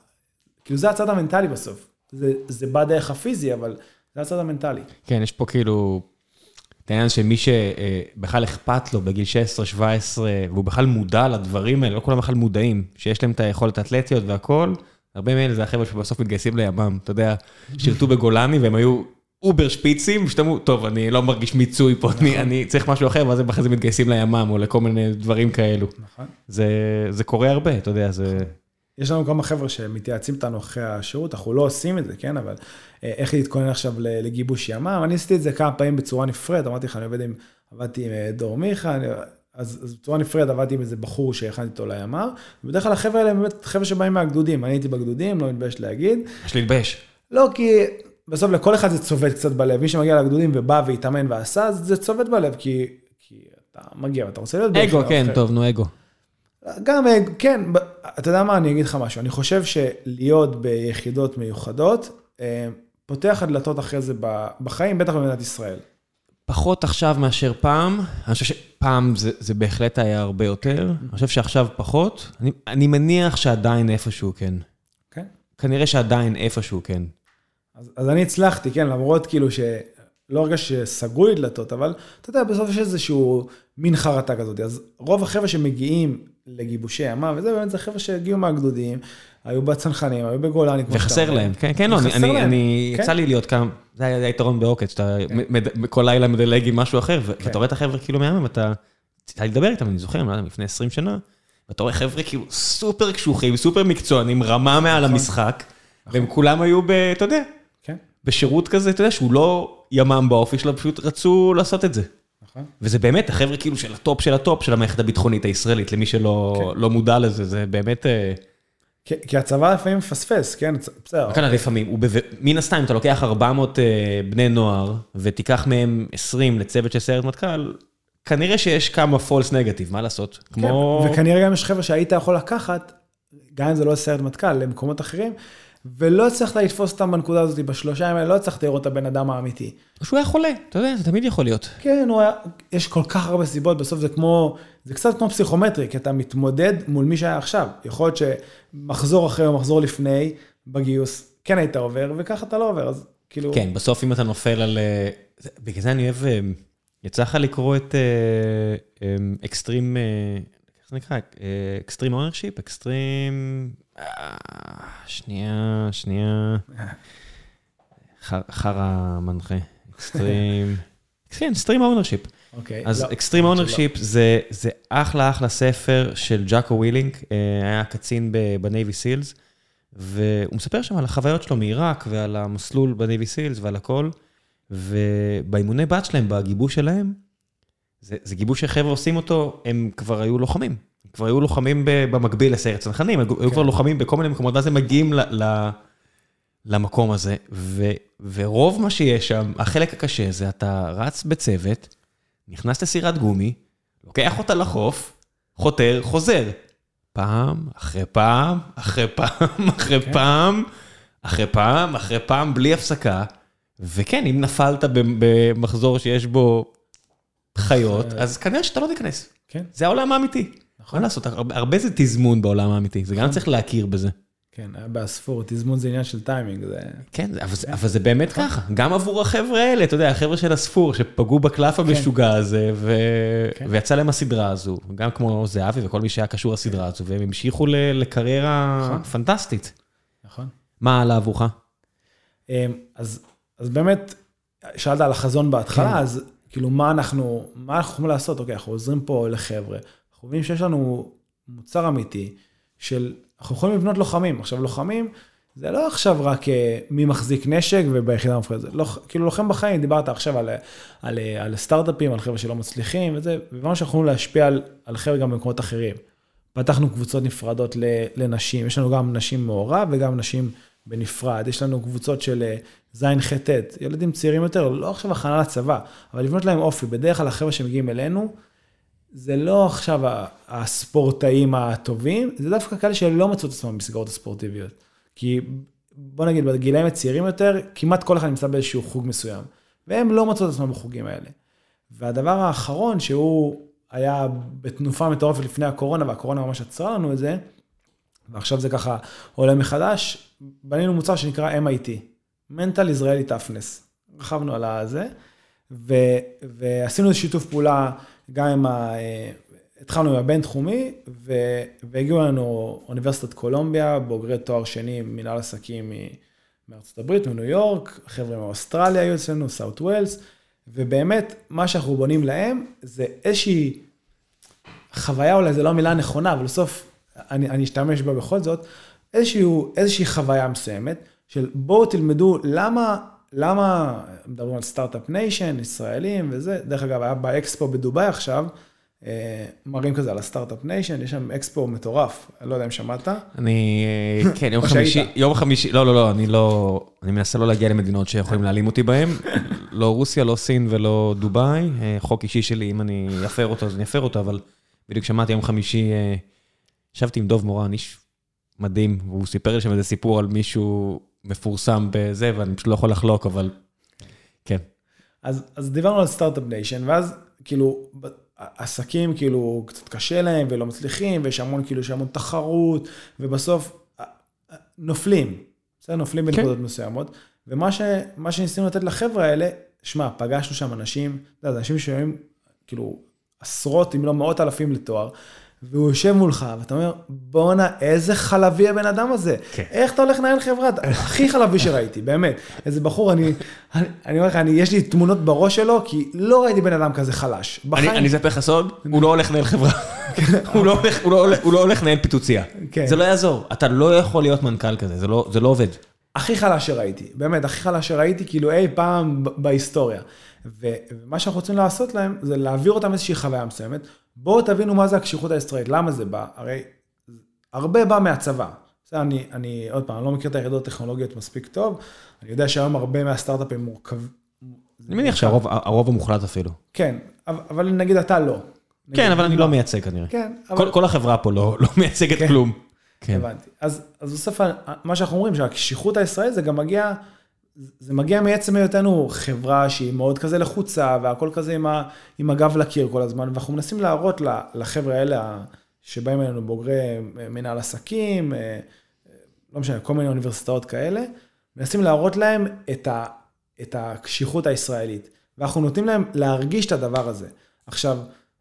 כאילו זה הצד המנטלי בסוף. זה בא דרך הפיזי, אבל זה הצד המנטלי. כן, יש פה כאילו... את העניין שמי שבכלל אכפת לו בגיל 16-17, והוא בכלל מודע לדברים האלה, לא כולם בכלל מודעים, שיש להם את היכולת האתלטיות והכל, הרבה מאלה זה החבר'ה שבסוף מתגייסים לימ"מ, אתה יודע, שירתו בגולני, והם היו אובר שפיצים, ושאתה טוב, אני לא מרגיש מיצוי פה, אני צריך משהו אחר, ואז הם אחרי זה מתגייסים לימ"מ, או לכל מיני דברים כאלו. זה קורה הרבה, אתה יודע, זה... יש לנו כמה חבר'ה שמתייעצים איתנו אחרי השירות, אנחנו לא עושים את זה, כן, אבל איך להתכונן עכשיו לגיבוש ימ"מ, אני עשיתי את זה כמה פעמים בצורה נפרדת, אמרתי לך, אני עבדתי עם דור מיכה, אז בצורה נפרדת עבדתי עם איזה בחור שהכנתי אותו לימ"מ, ובדרך כלל החבר'ה האלה הם באמת חבר'ה שבאים מהגדודים, אני הייתי בגדודים, לא מתבייש להגיד. יש להתבייש. לא, כי בסוף לכל אחד זה צובט קצת בלב, מי שמגיע לגדודים ובא והתאמן ועשה, זה צובט בלב, כי אתה מגיע ואתה רוצה להיות... אגו, כן, טוב, נו, אגו. גם, כן, אתה יודע מה, אני אגיד לך משהו, אני חושב שלהיות ביחידות מיוחדות, פותח הדלתות אחרי זה בחיים, בטח במדינת ישראל. פחות עכשיו מאשר פעם, אני חושב שפעם זה בהחלט היה הרבה יותר, אני חושב שעכשיו פחות, אני מניח שעדיין איפשהו כן. כן? כנראה שעדיין איפשהו כן. אז אני הצלחתי, כן, למרות כאילו לא הרגש שסגרו לי דלתות, אבל אתה יודע, בסוף יש איזשהו מין חרטה כזאת, אז רוב החבר'ה שמגיעים לגיבושי ימ"מ, וזה באמת זה חבר'ה שהגיעו מהגדודים, היו בצנחנים, היו בגולני. וחסר להם, כן, לא, אני יצא לי להיות כמה, זה היה יתרון בעוקץ, שאתה כל לילה מדלג עם משהו אחר, ואתה רואה את החבר'ה כאילו מהימים, אתה לדבר איתם, אני זוכר, לפני 20 שנה, ואתה רואה חבר'ה כאילו סופר קשוחים, סופר מקצוענים, רמה מעל המשחק, והם כולם היו, אתה יודע, בשירות כזה, אתה יודע, שהוא לא ימ"מ באופי שלו, פשוט רצו לעשות את זה. וזה באמת החבר'ה כאילו של הטופ של הטופ של המערכת הביטחונית הישראלית, למי שלא מודע לזה, זה באמת... כי הצבא לפעמים מפספס, כן? בסדר. כאן לפעמים, מן הסתם, אתה לוקח 400 בני נוער, ותיקח מהם 20 לצוות של סיירת מטכ"ל, כנראה שיש כמה false negative, מה לעשות? וכנראה גם יש חבר'ה שהיית יכול לקחת, גם אם זה לא סיירת מטכ"ל, למקומות אחרים, ולא הצלחת לתפוס אותם בנקודה הזאת, בשלושה ימים, לא הצלחת לראות את הבן אדם האמיתי. שהוא היה חולה, אתה יודע, זה תמיד יכול להיות. כן, יש כל כך הרבה סיבות, בסוף זה קצת כמו פסיכומטרי, כי אתה מתמודד מול מי שהיה עכשיו. יכול להיות שמחזור אחרי או מחזור לפני, בגיוס, כן היית עובר, וכך אתה לא עובר, אז כאילו... כן, בסוף אם אתה נופל על... בגלל זה אני אוהב יצא לך לקרוא את אקסטרים, איך זה נקרא? אקסטרים אונרשיפ? אקסטרים... שנייה. חרא מנחה. אקסטרים... כן, אקסטרים אונרשיפ. אז אקסטרים אונרשיפ זה אחלה ספר של ג'אקו ווילינג, היה קצין בנייבי סילס, והוא מספר שם על החוויות שלו מעיראק, ועל המסלול בנייבי סילס ועל הכל, ובאימוני בת שלהם, בגיבוש שלהם, זה גיבוש שחבר'ה עושים אותו, הם כבר היו לוחמים. הם כבר היו לוחמים במקביל לסיירת צנחנים, היו כבר לוחמים בכל מיני מקומות, ואז הם מגיעים למקום הזה, ורוב מה שיש שם, החלק הקשה זה, אתה רץ בצוות, נכנס לסירת גומי, לוקח אותה לחוף, חותר, חוזר. פעם, אחרי פעם, אחרי פעם, אחרי פעם, אחרי פעם, אחרי פעם, בלי הפסקה. וכן, אם נפלת במחזור שיש בו חיות, אז כנראה שאתה לא תיכנס. זה העולם האמיתי. נכון לעשות, הרבה זה תזמון בעולם האמיתי, זה גם צריך להכיר בזה. כן, בספור, תזמון זה עניין של טיימינג. כן, אבל זה באמת ככה. גם עבור החבר'ה האלה, אתה יודע, החבר'ה של הספור, שפגעו בקלף המשוגע הזה, ויצא להם הסדרה הזו, גם כמו זהבי וכל מי שהיה קשור לסדרה הזו, והם המשיכו לקריירה פנטסטית. נכון. מה עלה עבורך? אז באמת, שאלת על החזון בהתחלה, אז כאילו מה אנחנו יכולים לעשות? אוקיי, אנחנו עוזרים פה לחבר'ה, אנחנו מבינים שיש לנו מוצר אמיתי, אנחנו יכולים לבנות לוחמים. עכשיו, לוחמים, זה לא עכשיו רק מי מחזיק נשק וביחידה מפחידה. זה כאילו לוחם בחיים, דיברת עכשיו על סטארט-אפים, על חבר'ה שלא מצליחים, וזה, ובאמת שאנחנו יכולים להשפיע על חבר'ה גם במקומות אחרים. פתחנו קבוצות נפרדות לנשים, יש לנו גם נשים מעורב וגם נשים בנפרד, יש לנו קבוצות של זין חטט, ילדים צעירים יותר, לא עכשיו הכנה לצבא, אבל לבנות להם אופי, בדרך כלל החבר'ה שמגיעים אלינו, זה לא עכשיו הספורטאים הטובים, זה דווקא כאלה שלא מצאו את עצמם במסגרות הספורטיביות. כי בוא נגיד, בגילאים הצעירים יותר, כמעט כל אחד נמצא באיזשהו חוג מסוים, והם לא מצאו את עצמם בחוגים האלה. והדבר האחרון, שהוא היה בתנופה מטורפת לפני הקורונה, והקורונה ממש עצרה לנו את זה, ועכשיו זה ככה עולה מחדש, בנינו מוצר שנקרא MIT, Mental Israeli Toughness. רחבנו על זה, ועשינו איזה שיתוף פעולה, גם עם התחלנו עם הבינתחומי, והגיעו לנו אוניברסיטת קולומביה, בוגרי תואר שני, מנהל עסקים מארצות הברית, מניו יורק, חבר'ה מאוסטרליה היו אצלנו, סאוט ווילס, ובאמת, מה שאנחנו בונים להם, זה איזושהי חוויה, אולי זה לא המילה הנכונה, אבל בסוף אני אשתמש בה בכל זאת, איזושהי חוויה מסוימת, של בואו תלמדו למה מדברים על סטארט-אפ ניישן, ישראלים וזה, דרך אגב, היה באקספו בדוביי עכשיו, מראים כזה על הסטארט-אפ ניישן, יש שם אקספו מטורף, אני לא יודע אם שמעת. כן, יום חמישי, לא, אני מנסה לא להגיע למדינות שיכולים להעלים אותי בהם, לא רוסיה, לא סין ולא דוביי, חוק אישי שלי, אם אני אפר אותו, אז אני אפר אותו, אבל בדיוק שמעתי יום חמישי, ישבתי עם דוב מורן, איש מדהים, והוא סיפר לי שם איזה סיפור על מישהו מפורסם בזה, ואני פשוט לא יכול לחלוק, אבל כן. אז דיברנו על סטארט-אפ ניישן, ואז כאילו, עסקים כאילו קצת קשה להם ולא מצליחים, ויש המון כאילו שהמון תחרות, ובסוף נופלים, בסדר, נופלים בנקודות מסוימות, ומה שניסינו לתת לחבר'ה האלה, שמע, פגשנו שם אנשים, אנשים שומעים כאילו עשרות אם לא מאות אלפים לתואר, והוא יושב מולך, ואתה אומר, בואנה, איזה חלבי הבן אדם הזה. איך אתה הולך לנהל חברה? הכי חלבי שראיתי, באמת. איזה בחור, אני אומר לך, יש לי תמונות בראש שלו, כי לא ראיתי בן אדם כזה חלש. אני אספר לך סוד, הוא לא הולך לנהל חברה. הוא לא הולך לנהל פיתוציה. זה לא יעזור. אתה לא יכול להיות מנכ"ל כזה, זה לא עובד. הכי חלש שראיתי, באמת, הכי חלש שראיתי, כאילו אי פעם בהיסטוריה. ומה שאנחנו רוצים לעשות להם, זה להעביר אותם איזושהי חוויה מסוימת. בואו תבינו מה זה הקשיחות הישראלית, למה זה בא? הרי הרבה בא מהצבא. אני עוד פעם, אני לא מכיר את היחידות הטכנולוגיות מספיק טוב, אני יודע שהיום הרבה מהסטארט-אפים מורכב. אני מניח שהרוב המוחלט אפילו. כן, אבל נגיד אתה לא. כן, אבל אני לא מייצג כנראה. כן. כל החברה פה לא מייצגת כלום. הבנתי. אז בסוף, מה שאנחנו אומרים, שהקשיחות הישראלית זה גם מגיע, זה מגיע מעצם היותנו חברה שהיא מאוד כזה לחוצה, והכל כזה עם הגב לקיר כל הזמן, ואנחנו מנסים להראות לחבר'ה האלה, שבאים אלינו בוגרי מנהל עסקים, לא משנה, כל מיני אוניברסיטאות כאלה, מנסים להראות להם את הקשיחות הישראלית. ואנחנו נותנים להם להרגיש את הדבר הזה. עכשיו,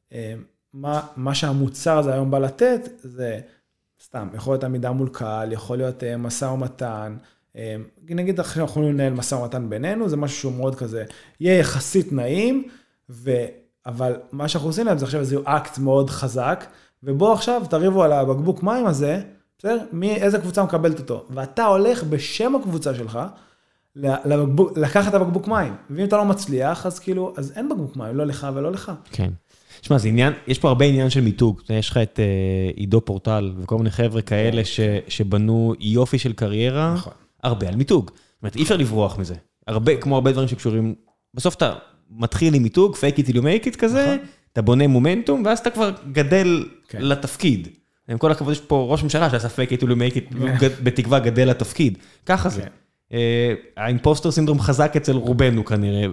מה שהמוצר הזה היום בא לתת, זה סתם, יכול להיות עמידה מול קהל, יכול להיות משא ומתן, נגיד אנחנו יכולים לנהל משא ומתן בינינו, זה משהו שהוא מאוד כזה, יהיה יחסית נעים, אבל מה שאנחנו עושים להם זה עכשיו איזה אקט מאוד חזק, ובוא עכשיו תריבו על הבקבוק מים הזה, בסדר? איזה קבוצה מקבלת אותו, ואתה הולך בשם הקבוצה שלך, לקחת את הבקבוק מים, ואם אתה לא מצליח, אז כאילו, אז אין בקבוק מים, לא לך ולא לך. כן. תשמע, יש פה הרבה עניין של מיתוג, יש לך את עידו פורטל, וכל מיני חבר'ה כאלה שבנו יופי של קריירה, הרבה על מיתוג. זאת אומרת, אי אפשר לברוח מזה. כמו הרבה דברים שקשורים, בסוף אתה מתחיל עם מיתוג, fake it till you make it כזה, אתה בונה מומנטום, ואז אתה כבר גדל לתפקיד. עם כל הכבוד, יש פה ראש ממשלה שעשה fake it till you make it, בתקווה גדל לתפקיד. ככה זה. האימפוסטר סינדרום חזק אצל רובנו כנראה,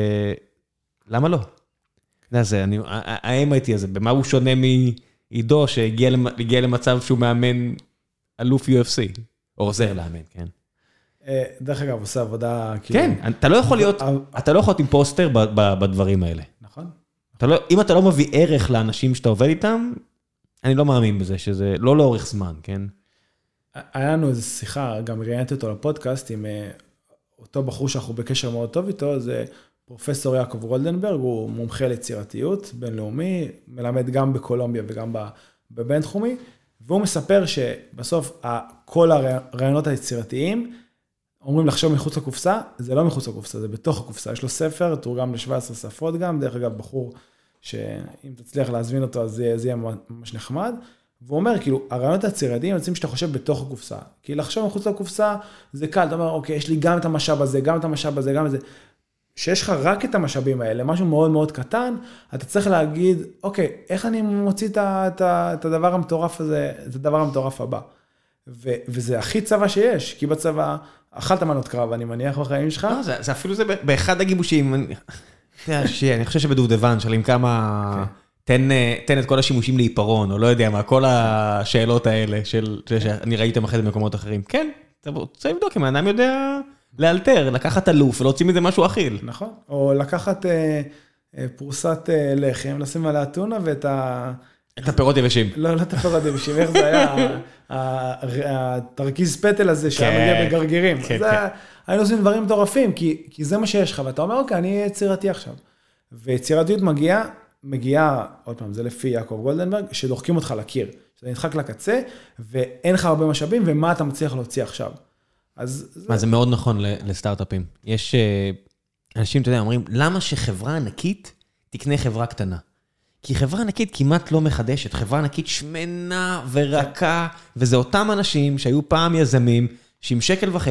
ולמה לא? זה, האמת הזה, במה הוא שונה מעידו שהגיע למצב שהוא מאמן אלוף UFC, או עוזר לאמן, כן? דרך אגב, עושה עבודה... כן, אתה לא יכול להיות אימפוסטר בדברים האלה. נכון. אם אתה לא מביא ערך לאנשים שאתה עובד איתם, אני לא מאמין בזה, שזה לא לאורך זמן, כן? היה לנו איזו שיחה, גם ראיינתי אותו לפודקאסט, עם אותו בחור שאנחנו בקשר מאוד טוב איתו, זה פרופסור יעקב גולדנברג, הוא מומחה ליצירתיות בינלאומי, מלמד גם בקולומביה וגם בבינתחומי, והוא מספר שבסוף כל הרעיונות היצירתיים, אומרים לחשוב מחוץ לקופסה, זה לא מחוץ לקופסה, זה בתוך הקופסה, יש לו ספר, תורגם ל-17 שפות גם, דרך אגב בחור שאם תצליח להזמין אותו, אז זה יהיה ממש נחמד, והוא אומר, כאילו, הרעיונות היצירתיים יוצאים שאתה חושב בתוך הקופסה, כי לחשוב מחוץ לקופסה זה קל, אתה אומר, אוקיי, יש לי גם את המשאב הזה, גם את המשאב הזה, גם את זה, שיש לך רק את המשאבים האלה, משהו מאוד מאוד קטן, אתה צריך להגיד, אוקיי, איך אני מוציא את הדבר המטורף הזה, את הדבר המטורף הבא. וזה הכי צבא שיש, כי בצבא, אכלת מנות קרב, אני מניח בחיים שלך. לא, זה אפילו זה באחד הגיבושים, אני חושב שבדובדבן, שואלים כמה, תן את כל השימושים להיפרון, או לא יודע מה, כל השאלות האלה, שאני ראיתם אחרי זה במקומות אחרים. כן, אתה רוצה לבדוק, אם האדם יודע לאלתר, לקחת אלוף, ולהוציא מזה משהו אכיל. נכון, או לקחת פרוסת לחם, לשים עליה טונה ואת את הפירות יבשים. לא את הפירות יבשים, איך זה היה, התרכיז פטל הזה שהיה מגיע בגרגירים. היינו עושים דברים מטורפים, כי זה מה שיש לך, ואתה אומר, אוקיי, אני יצירתי עכשיו. ויצירתיות מגיעה, עוד פעם, זה לפי יעקב גולדנברג, שדוחקים אותך לקיר. שזה נדחק לקצה, ואין לך הרבה משאבים, ומה אתה מצליח להוציא עכשיו. זה מאוד נכון לסטארט-אפים. יש אנשים, אתה יודע, אומרים, למה שחברה ענקית תקנה חברה קטנה? כי חברה ענקית כמעט לא מחדשת, חברה ענקית שמנה ורקה, וזה אותם אנשים שהיו פעם יזמים, שעם $1.50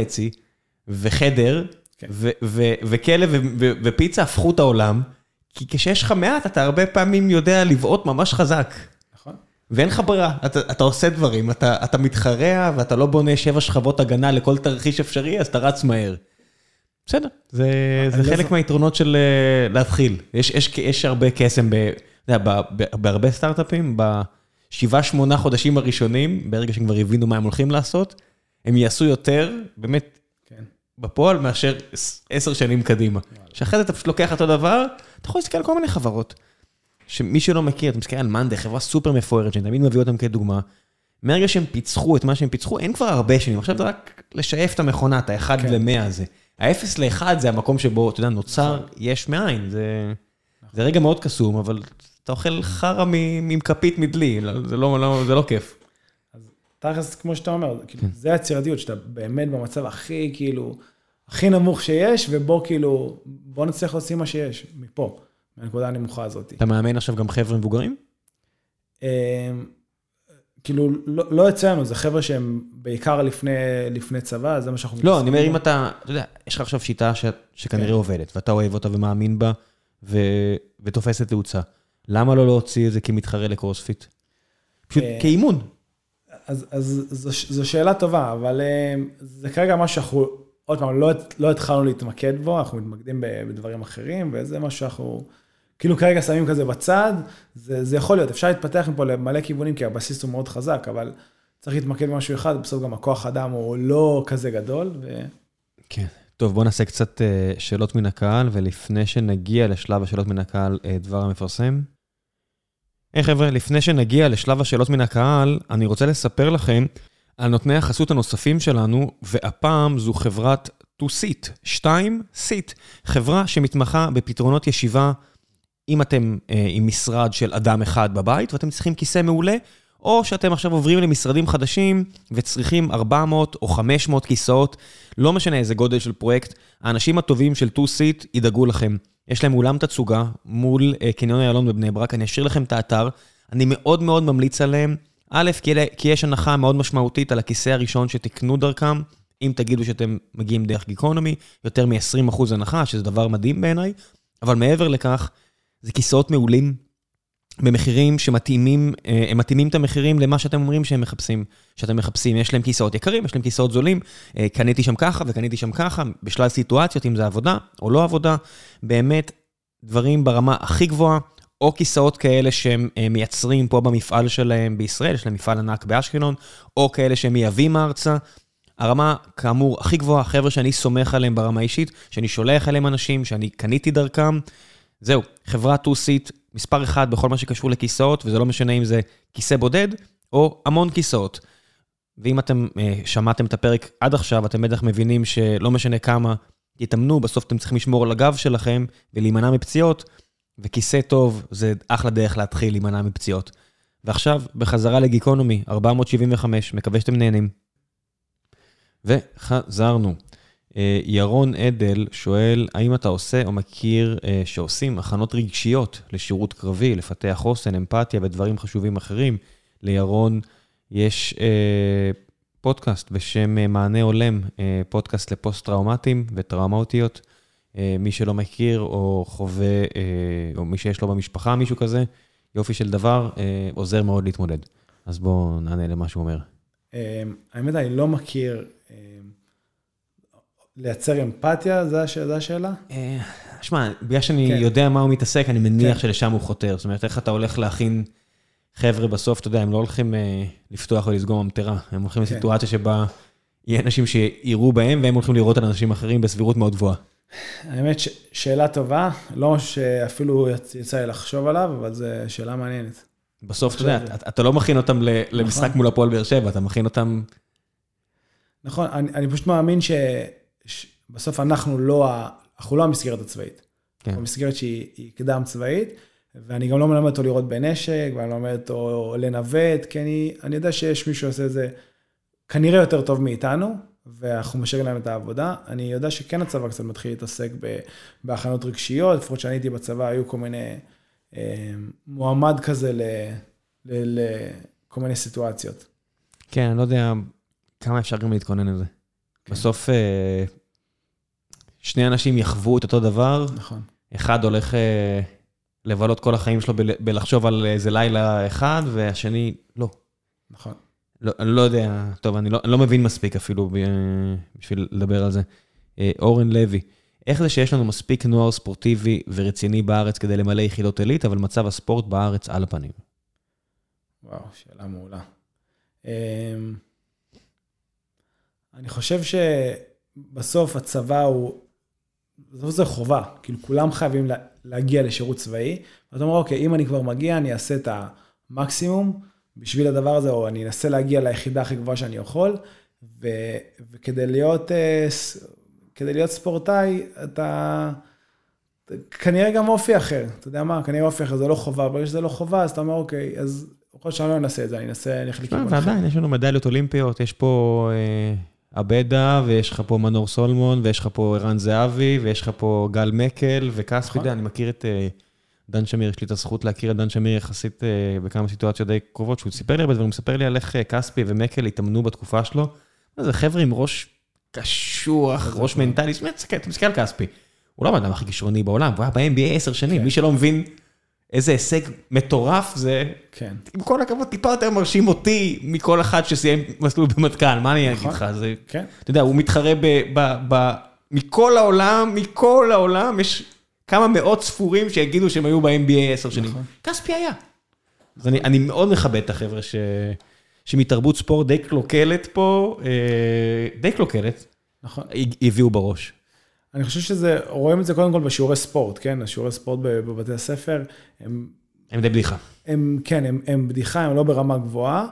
וחדר, וכלב ופיצה הפכו את העולם, כי כשיש לך מעט, אתה הרבה פעמים יודע לבעוט ממש חזק. נכון. ואין לך ברירה, אתה עושה דברים, אתה מתחרע, ואתה לא בונה 7 שכבות הגנה לכל תרחיש אפשרי, אז אתה רץ מהר. בסדר, זה חלק מהיתרונות של להתחיל. יש הרבה קסם בהרבה סטארט-אפים, ב7-8 חודשים הראשונים, ברגע שהם כבר הבינו מה הם הולכים לעשות, הם יעשו יותר, באמת, בפועל, מאשר 10 שנים קדימה. שאחרי זה אתה פשוט לוקח אותו דבר, אתה יכול להסתכל על כל מיני חברות, שמי שלא מכיר, אתה מסתכל על מאנדי, חברה סופר מפוארת, שאני תמיד מביא אותם כדוגמה, מרגע שהם פיצחו את מה שהם פיצחו, אין כבר הרבה שנים, עכשיו זה רק לשאף את המכונה, את ה-1 ל-100 הזה. ה-0 ל-1 זה המקום שבו, אתה יודע, נוצר יש מאין, זה רגע מאוד קסום, אבל אתה אוכל חרה עם כפית מדלי, זה לא כיף. אז תכלס, כמו שאתה אומר, זה היצירתיות, שאתה באמת במצב הכי, כאילו, הכי נמוך שיש, ובוא כאילו, בוא נצליח להוציא מה שיש, מפה, מהנקודה הנמוכה הזאת. אתה מאמן עכשיו גם חבר'ה מבוגרים? כאילו, לא אצלנו, זה חבר'ה שהם בעיקר לפני צבא, זה מה שאנחנו... לא, אני אומר, אם אתה יודע, יש לך עכשיו שיטה שכנראה עובדת, ואתה אוהב אותה ומאמין בה, ותופסת תאוצה. למה לא להוציא את זה כמתחרה לקרוספיט? פשוט כאימון. אז זו שאלה טובה, אבל זה כרגע משהו שאנחנו, עוד פעם, לא התחלנו להתמקד בו, אנחנו מתמקדים בדברים אחרים, וזה משהו שאנחנו, כאילו כרגע שמים כזה בצד, זה יכול להיות, אפשר להתפתח מפה למלא כיוונים, כי הבסיס הוא מאוד חזק, אבל צריך להתמקד במשהו אחד, בסוף גם הכוח אדם הוא לא כזה גדול. כן. טוב, בואו נעשה קצת שאלות מן הקהל, ולפני שנגיע לשלב השאלות מן הקהל, דבר המפרסם. חבר'ה, לפני שנגיע לשלב השאלות מן הקהל, אני רוצה לספר לכם על נותני החסות הנוספים שלנו, והפעם זו חברת 2Seat, 2Seat, חברה שמתמחה בפתרונות ישיבה, אם אתם עם משרד של אדם אחד בבית, ואתם צריכים כיסא מעולה, או שאתם עכשיו עוברים למשרדים חדשים, וצריכים 400 או 500 כיסאות, לא משנה איזה גודל של פרויקט, האנשים הטובים של 2Seat ידאגו לכם. יש להם אולם תצוגה מול קניון איילון בבני ברק, אני אשאיר לכם את האתר, אני מאוד מאוד ממליץ עליהם, א', כי יש הנחה מאוד משמעותית על הכיסא הראשון שתקנו דרכם, אם תגידו שאתם מגיעים דרך גיקונומי, יותר מ-20% הנחה, שזה דבר מדהים בעיניי, אבל מעבר לכך, זה כיסאות מעולים, במחירים שמתאימים, הם מתאימים את המחירים למה שאתם אומרים שהם מחפשים, שאתם מחפשים, יש להם כיסאות יקרים, יש להם כיסאות זולים, קניתי שם ככה וקניתי שם ככה, בשלל סיטואציות, אם זה עבודה או לא עבודה, באמת דברים ברמה הכי גבוהה, או כיסאות כאלה שהם מייצרים פה במפעל שלהם בישראל, יש להם מפעל ענק באשקלון, או כאלה שהם מייבאים מארצה, הרמה כאמור הכי גבוהה, חבר'ה שאני סומך עליהם ברמה אישית, שאני שולח עליהם אנשים, שאני קניתי דרכם, זהו, חברת 2Seat, מספר אחד בכל מה שקשור לכיסאות, וזה לא משנה אם זה כיסא בודד, או המון כיסאות. ואם אתם שמעתם את הפרק עד עכשיו, אתם בטח מבינים שלא משנה כמה תתאמנו, בסוף אתם צריכים לשמור על הגב שלכם, ולהימנע מפציעות, וכיסא טוב זה אחלה דרך להתחיל להימנע מפציעות. ועכשיו, בחזרה לגיקונומי, 475, מקווה שאתם נהנים. וחזרנו. ירון עדל שואל, האם אתה עושה או מכיר שעושים הכנות רגשיות לשירות קרבי, לפתח חוסן, אמפתיה ודברים חשובים אחרים? לירון יש פודקאסט בשם מענה עולם, פודקאסט לפוסט-טראומטיים וטראומטיות. מי שלא מכיר או חווה, או מי שיש לו במשפחה, מישהו כזה, יופי של דבר, עוזר מאוד להתמודד. אז בואו נענה למה שהוא אומר. האמת, אני לא מכיר לייצר אמפתיה, זה השאלה? שמע, בגלל שאני יודע מה הוא מתעסק, אני מניח שלשם הוא חותר. זאת אומרת, איך אתה הולך להכין חבר'ה בסוף, אתה יודע, הם לא הולכים לפתוח או לסגום המטרה. הם הולכים לסיטואציה שבה יהיה אנשים שיראו בהם, והם הולכים לראות על אנשים אחרים בסבירות מאוד גבוהה. האמת, שאלה טובה, לא משהו שאפילו יצא לי לחשוב עליו, אבל זו שאלה מעניינת. בסוף, אתה יודע, אתה לא מכין אותם למשחק מול הפועל באר שבע, אתה מכין אותם... נכון, אני פשוט מאמין שבסוף אנחנו לא המסגרת הצבאית. המסגרת שהיא קדם צבאית, ואני גם לא מלמד אותו לראות בנשק, ואני לא מלמד אותו לנווט, כי אני יודע שיש מישהו שעושה את זה כנראה יותר טוב מאיתנו, ואנחנו משאירים להם את העבודה. אני יודע שכן הצבא קצת מתחיל להתעסק בהכנות רגשיות, לפחות שאני הייתי בצבא, היו כל מיני מועמד כזה לכל מיני סיטואציות. כן, אני לא יודע כמה אפשר גם להתכונן לזה. בסוף שני אנשים יחוו את אותו דבר, נכון. אחד הולך לבלות כל החיים שלו בלחשוב על איזה לילה אחד, והשני לא. נכון. אני לא יודע, טוב, אני לא מבין מספיק אפילו בשביל לדבר על זה. אורן לוי, איך זה שיש לנו מספיק נוער ספורטיבי ורציני בארץ כדי למלא יחידות עילית, אבל מצב הספורט בארץ על הפנים? וואו, שאלה מעולה. אני חושב שבסוף הצבא זה חובה, כאילו כולם חייבים להגיע לשירות צבאי, ואתה אומר, אוקיי, אם אני כבר מגיע, אני אעשה את המקסימום בשביל הדבר הזה, או אני אנסה להגיע ליחידה הכי גבוהה שאני יכול, וכדי להיות ספורטאי, אתה כנראה גם אופי אחר, אתה יודע מה, כנראה אופי אחר, זה לא חובה, ברגע שזה לא חובה, אז אתה אומר, אוקיי, אז יכול שאני לא אנסה את זה, אני אנסה להחליק לכיוון אחר. ועדיין, יש לנו מדליות אולימפיות, יש פה אבדה, ויש לך פה מנור סולמון, ויש לך פה ערן זהבי, ויש לך פה גל מקל, וכספי, אני מכיר את דן שמיר, יש לי את הזכות להכיר את דן שמיר יחסית בכמה סיטואציות די קרובות, שהוא סיפר לי הרבה דברים, הוא מספר לי על איך כספי ומקל התאמנו בתקופה שלו, זה חבר'ה עם ראש קשוח, ראש מנטלי, אתה מסתכל על כספי, הוא לא האדם הכי כישרוני בעולם, הוא היה ב-NBA 10 שנים, מי שלא מבין איזה הישג מטורף זה, עם כל הכבוד, טיפה יותר מרשים אותי מכל אחד שסיים מסלול במטכ"ל, מה אני אגיד לך? אתה יודע, הוא מתחרה מכל העולם, יש כמה מאות ספורים שיגידו שהם היו ב-NBA 10 שנים. כספי היה. אז אני מאוד מכבד את החבר'ה שמתרבות ספורט די קלוקלת פה, די קלוקלת, הביאו בראש. אני חושב רואים את זה קודם כל בשיעורי ספורט, כן? השיעורי ספורט בבתי הספר, הם די בדיחה. כן, הם בדיחה, הם לא ברמה גבוהה,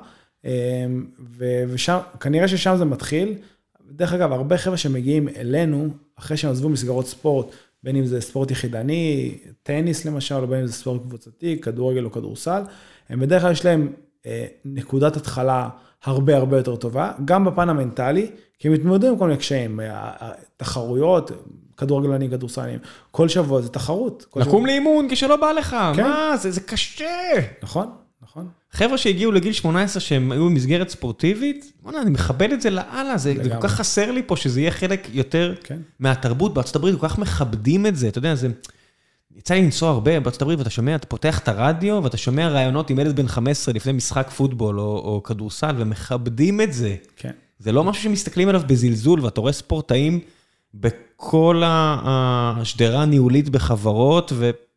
וכנראה ששם זה מתחיל. דרך אגב, הרבה חבר'ה שמגיעים אלינו, אחרי שהם עזבו מסגרות ספורט, בין אם זה ספורט יחידני, טניס למשל, או בין אם זה ספורט קבוצתי, כדורגל או כדורסל, הם בדרך כלל יש להם נקודת התחלה הרבה הרבה יותר טובה, גם בפן המנטלי, כי הם מתמודדים עם כל מיני קשיים, תחרויות, כדורגלנים, כדורסלנים, כל שבוע זה תחרות. לקום לאימון כשלא בא לך, מה? זה קשה. נכון, נכון. חבר'ה שהגיעו לגיל 18 שהם היו במסגרת ספורטיבית, אני מכבד את זה לאללה, זה כל כך חסר לי פה שזה יהיה חלק יותר מהתרבות. בארצות הברית כל כך מכבדים את זה, אתה יודע, יצא לי לנסוע הרבה בארצות הברית, ואתה שומע, אתה פותח את הרדיו, ואתה שומע רעיונות עם ילד בן 15 לפני משחק פוטבול או כדורסל, ומכבדים את זה. כן. זה לא משהו שמסתכלים עליו בזלזול, ואתה רואה ספורטאים בכל השדרה הניהולית בחברות,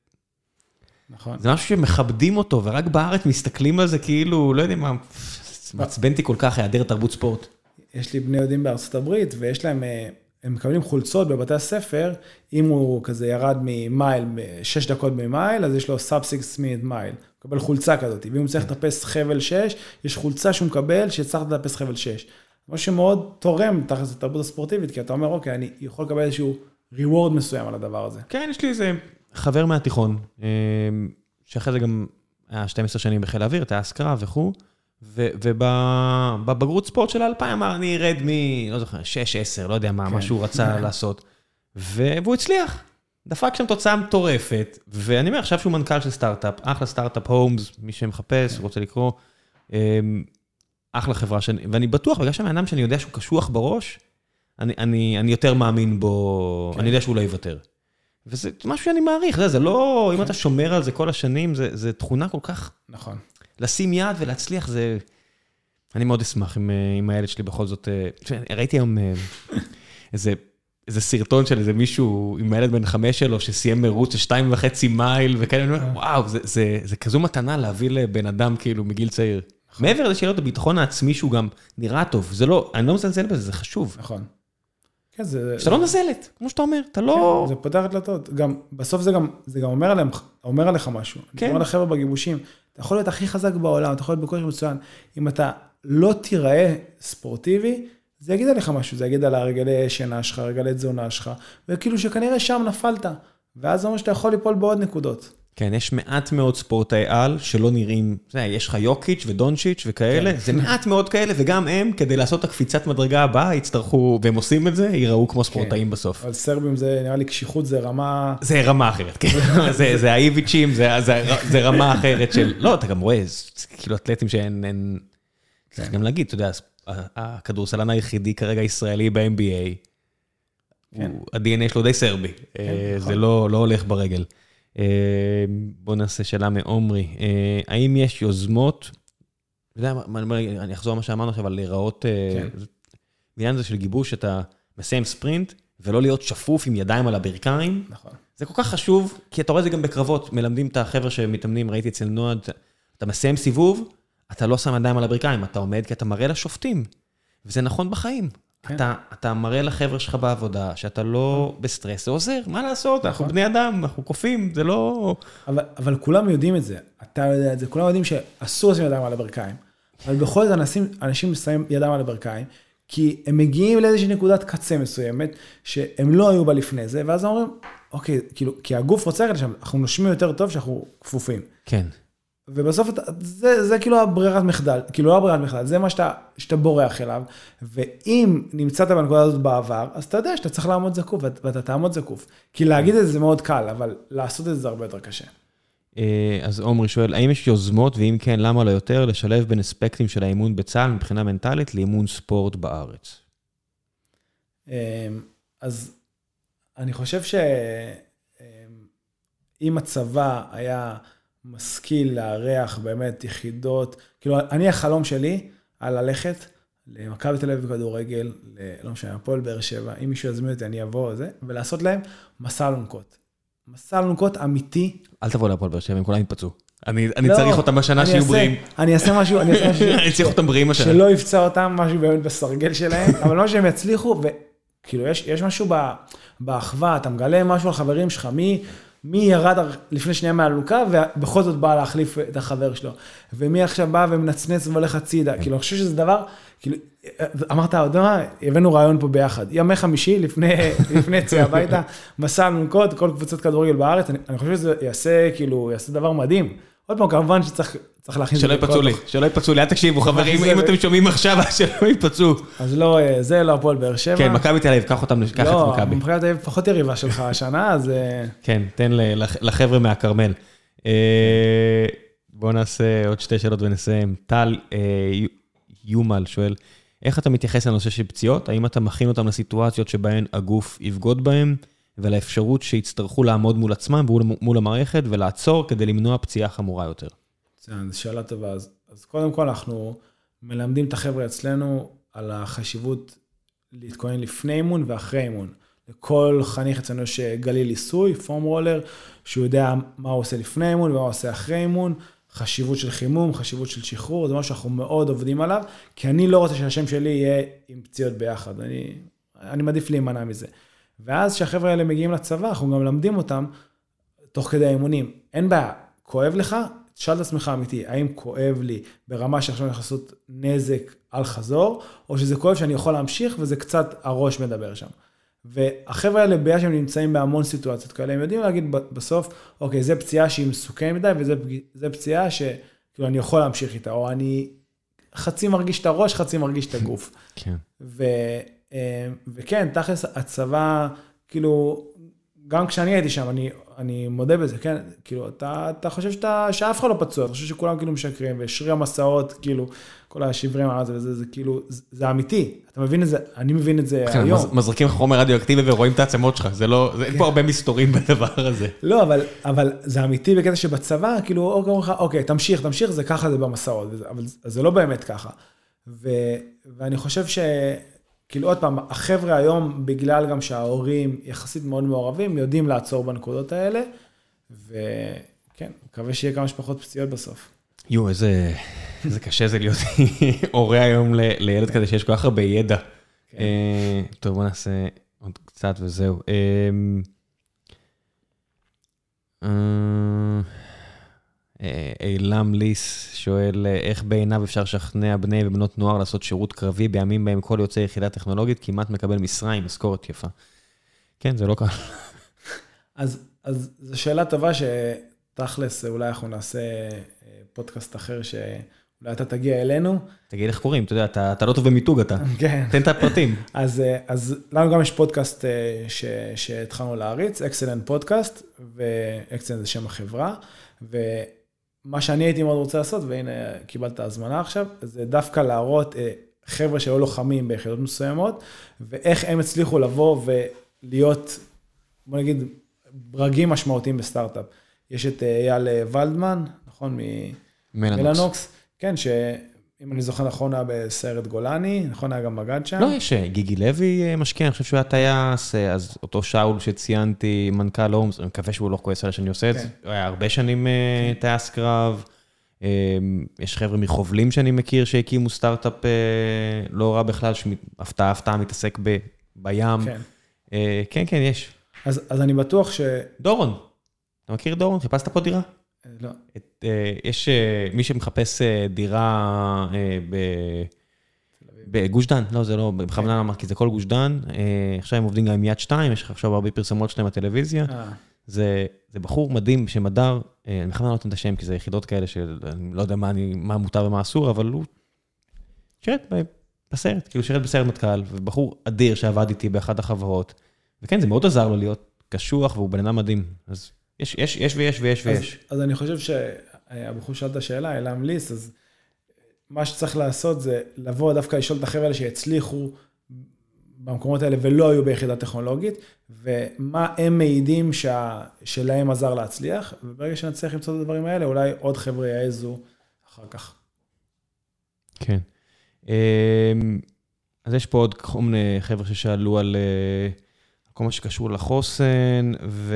נכון. זה משהו שמכבדים אותו, ורק בארץ מסתכלים על זה כאילו, לא יודע מה, מעצבנתי כל כך, היעדר תרבות ספורט. יש לי בני יודעים בארצות הברית, ויש להם, הם מקבלים חולצות בבתי הספר, אם הוא כזה ירד ממייל, 6 דקות ממייל, אז יש לו סאב 6 minute מייל, הוא מקבל חולצה כזאת, ואם הוא צריך לטפס חבל 6, יש חולצה שהוא מקבל שצריך לטפס חבל 6. משהו שמאוד תורם תחת התרבות הספורטיבית, כי אתה אומר, אוקיי, אני יכול לקבל איזשהו ריוורד מסוים על הדבר הזה. כן, יש לי איזה חבר מהתיכון, שאחרי זה גם היה 12 שנים בחיל האוויר, היה אזכרה וכו', ובבגרות ספורט של 2000 אמר, אני ארד לא זוכר, 6-10, לא יודע מה שהוא רצה לעשות, והוא הצליח, דפק שם תוצאה מטורפת, ואני אומר, עכשיו שהוא מנכ"ל של סטארט-אפ, אחלה סטארט-אפ הומס, מי שמחפש, רוצה לקרוא, אחלה חברה, ואני בטוח, בגלל שהמאדם שאני יודע שהוא קשוח בראש, אני יותר מאמין בו, אני יודע שהוא לא יוותר. וזה משהו שאני מעריך, זה לא, אם אתה שומר על זה כל השנים, זה תכונה כל כך... נכון. לשים יד ולהצליח, זה... אני מאוד אשמח עם הילד שלי בכל זאת. ראיתי היום איזה סרטון של איזה מישהו עם הילד בן 5 שלו, שסיים מרוץ של 2.5 מייל, וכאלה, אני אומר, וואו, זה כזו מתנה להביא לבן אדם כאילו מגיל צעיר. מעבר לזה שיהיה לו את הביטחון העצמי שהוא גם נראה טוב, זה לא, אני לא מזלזל בזה, זה חשוב. נכון. שאתה לא נזלת, כמו שאתה אומר, אתה לא... זה פותח דלתות, גם, בסוף זה גם אומר עליך משהו. אני אומר לחבר'ה בגיבושים, אתה יכול להיות הכי חזק בעולם, אתה יכול להיות בכושר מצוין, אם אתה לא תיראה ספורטיבי, זה יגיד עליך משהו, זה יגיד על הרגלי שינה שלך, רגלי תזונה שלך, וכאילו שכנראה שם נפלת, ואז זה אומר שאתה יכול ליפול בעוד נקודות. כן, יש מעט מאוד ספורטאי על שלא נראים, יש לך יוקיץ' ודונצ'יץ' וכאלה, זה מעט מאוד כאלה, וגם הם, כדי לעשות את הקפיצת מדרגה הבאה, יצטרכו, והם עושים את זה, ייראו כמו ספורטאים בסוף. אבל סרבים זה, נראה לי, קשיחות זה רמה... זה רמה אחרת, כן. זה האיביצ'ים, זה רמה אחרת של... לא, אתה גם רואה, כאילו אתלטים שאין... צריך גם להגיד, אתה יודע, הכדורסלן היחידי כרגע ישראלי ב-NBA, ה-DNA שלו די סרבי, זה לא הולך ברגל. בוא נעשה שאלה מעומרי, האם יש יוזמות, אני אחזור מה שאמרנו עכשיו על להיראות, בעניין הזה של גיבוש, אתה מסיים ספרינט, ולא להיות שפוף עם ידיים על הברכיים, זה כל כך חשוב, כי אתה רואה את זה גם בקרבות, מלמדים את החבר'ה שמתאמנים, ראיתי אצל נועד, אתה מסיים סיבוב, אתה לא שם ידיים על הברכיים, אתה עומד כי אתה מראה לשופטים, וזה נכון בחיים. אתה מראה לחבר'ה שלך בעבודה, שאתה לא בסטרס, זה עוזר, מה לעשות? אנחנו בני אדם, אנחנו קופים, זה לא... אבל כולם יודעים את זה, אתה יודע את זה, כולם יודעים שאסור לשים ידיים על הברכיים, אבל בכל זאת אנשים שמים ידיים על הברכיים, כי הם מגיעים לאיזושהי נקודת קצה מסוימת, שהם לא היו בה לפני זה, ואז הם אומרים, אוקיי, כאילו, כי הגוף רוצה לשם, אנחנו נושמים יותר טוב שאנחנו כפופים. כן. ובסוף זה כאילו הברירת מחדל, כאילו לא הברירת מחדל, זה מה שאתה בורח אליו, ואם נמצאת בנקודה הזאת בעבר, אז אתה יודע שאתה צריך לעמוד זקוף, ואתה תעמוד זקוף. כי להגיד את זה מאוד קל, אבל לעשות את זה הרבה יותר קשה. אז עומרי שואל, האם יש יוזמות, ואם כן, למה לא יותר, לשלב בין אספקטים של האימון בצה"ל, מבחינה מנטלית, לאימון ספורט בארץ? אז אני חושב שאם הצבא היה משכיל לארח באמת יחידות, כאילו אני החלום שלי על ללכת למכבי תל אביב בכדורגל, לא משנה, הפועל באר שבע, אם מישהו יזמין אותי אני אבוא לזה, ולעשות להם מסע אלונקות. מסע אלונקות אמיתי. אל תבוא להפועל באר שבע, הם כולם יתפצעו. אני צריך אותם בשנה שיהיו בריאים. אני אעשה משהו, אני צריך אותם בריאים השנה. שלא יפצע אותם משהו באמת בסרגל שלהם, אבל לא שהם יצליחו, כאילו, יש משהו באחווה, אתה מגלה משהו על חברים שלך, מי ירד לפני שנייה מהלוקה, ובכל זאת בא להחליף את החבר שלו. ומי עכשיו בא ומנצנץ והולך הצידה. כאילו, אני חושב שזה דבר, כאילו, אמרת, הבאנו רעיון פה ביחד. ימי חמישי, לפני יציאה הביתה, מסע אלונקות, כל קבוצות כדורגל בארץ, אני חושב שזה יעשה דבר מדהים. עוד פעם, כמובן שצריך להכין... שלא יפצעו לי, אל תקשיבו, חברים, אם אתם שומעים עכשיו, שלא יפצעו. אז לא, זה לא הפועל באר שבע. כן, מכבי תל אביב, קח אותם, קח את מכבי. לא, מכבי תל אביב פחות יריבה שלך השנה, אז... כן, תן לחבר'ה מהכרמל. בואו נעשה עוד שתי שאלות ונסיים. טל יומל שואל, איך אתה מתייחס לנושא של פציעות? האם אתה מכין אותם לסיטואציות שבהן הגוף יבגוד בהם, ולאפשרות שיצטרכו לעמוד מול עצמם, מול המערכת, ולעצור כדי למנוע פציעה חמורה יותר? זו שאלה טובה. אז קודם כל אנחנו מלמדים את החבר'ה אצלנו על החשיבות להתכונן לפני אימון ואחרי אימון. לכל חניך אצלנו יש גליל עיסוי, פורם רולר, שהוא יודע מה הוא עושה לפני אימון ומה הוא עושה אחרי אימון, חשיבות של חימום, חשיבות של שחרור, זה משהו שאנחנו מאוד עובדים עליו, כי אני לא רוצה שהשם שלי יהיה עם פציעות ביחד, אני מעדיף להימנע מזה. ואז שהחבר'ה האלה מגיעים לצבא, אנחנו גם למדים אותם תוך כדי האימונים. אין בעיה, כואב לך? תשאל את עצמך אמיתי, האם כואב לי ברמה שעכשיו אני לעשות נזק על חזור, או שזה כואב שאני יכול להמשיך וזה קצת הראש מדבר שם. והחבר'ה האלה ביה שהם נמצאים בהמון סיטואציות כאלה, הם יודעים להגיד בסוף, אוקיי, זה פציעה שהיא מסוכנת מדי, וזה פציעה שכאילו אני יכול להמשיך איתה, או אני חצי מרגיש את הראש, חצי מרגיש את הגוף. כן. וכן, תכלס הצבא, כאילו, גם כשאני הייתי שם, אני מודה בזה, כן, כאילו, אתה חושב שאף אחד לא פצוע, אתה חושב שכולם כאילו משקרים, ושרי המסעות, כאילו, כל השברים על זה, וזה כאילו, זה אמיתי, אתה מבין את זה, אני מבין את זה היום. מזריקים חומר רדיואקטיבי ורואים את העצמות שלך, זה לא, אין פה הרבה מסתורים בדבר הזה. לא, אבל זה אמיתי בקטע שבצבא, כאילו, אוקיי, תמשיך, זה ככה זה במסעות, אבל זה לא באמת ככה. ואני חושב כאילו עוד פעם, החבר'ה היום, בגלל גם שההורים יחסית מאוד מעורבים, יודעים לעצור בנקודות האלה, וכן, מקווה שיהיה כמה שפחות פציעות בסוף. איזה קשה זה להיות הורה היום לילד כזה שיש כל כך הרבה ידע. טוב, בוא נעשה עוד קצת וזהו. אילם ליס שואל, איך בעיניו אפשר לשכנע בני ובנות נוער לעשות שירות קרבי בימים בהם כל יוצא יחידה טכנולוגית כמעט מקבל משרה עם משכורת יפה? כן, זה לא קל. אז זו שאלה טובה שתכלס, אולי אנחנו נעשה פודקאסט אחר שאולי אתה תגיע אלינו. תגיד איך קוראים, אתה יודע, אתה לא טוב במיתוג אתה. כן. תן את הפרטים. אז לנו גם יש פודקאסט שהתחלנו להריץ, אקסלנט פודקאסט, ואקסלנט זה שם החברה, מה שאני הייתי מאוד רוצה לעשות, והנה קיבלת הזמנה עכשיו, זה דווקא להראות חבר'ה שהיו לוחמים ביחידות מסוימות, ואיך הם הצליחו לבוא ולהיות, בוא נגיד, ברגים משמעותיים בסטארט-אפ. יש את אייל ולדמן, נכון, מלנוקס, כן, שאם אני זוכר נכון היה בסיירת גולני, נכון היה גם מגד שם. לא, יש גיגי לוי משקיע, אני חושב שהוא היה טייס, אז אותו שאול שציינתי, מנכ"ל הומס, אני מקווה שהוא לא כועס עליי שאני עושה את זה, הוא היה הרבה שנים טייס קרב, יש חבר'ה מחובלים שאני מכיר שהקימו סטארט-אפ לא רע בכלל, שהפתעה מתעסק בים. כן, כן, יש. אז אני בטוח ש... דורון, אתה מכיר דורון? חיפשת פה דירה? לא. יש מי שמחפש דירה בגוש דן, לא, זה לא, בכוונה אמר, כי זה כל גוש דן, עכשיו הם עובדים גם עם יד 2, יש עכשיו הרבה פרסומות שלהם בטלוויזיה, זה בחור מדהים שמדר, אני בכוונה לא נותן את השם, כי זה יחידות כאלה שאני לא יודע מה מותר ומה אסור, אבל הוא שירת בסרט, כאילו שירת בסרט מטכ"ל, ובחור אדיר שעבד איתי באחת החברות, וכן, זה מאוד עזר לו להיות קשוח, והוא בן אדם מדהים, אז יש ויש. אז אני חושב שהבחור שאלת השאלה, אילם ליס, אז מה שצריך לעשות זה לבוא דווקא לשאול את החבר'ה האלה שהצליחו במקומות האלה ולא היו ביחידה טכנולוגית, ומה הם מעידים שלהם עזר להצליח, וברגע שנצליח למצוא את הדברים האלה, אולי עוד חבר'ה יעזו אחר כך. כן. אז יש פה עוד כל מיני חבר'ה ששאלו על כל מה שקשור לחוסן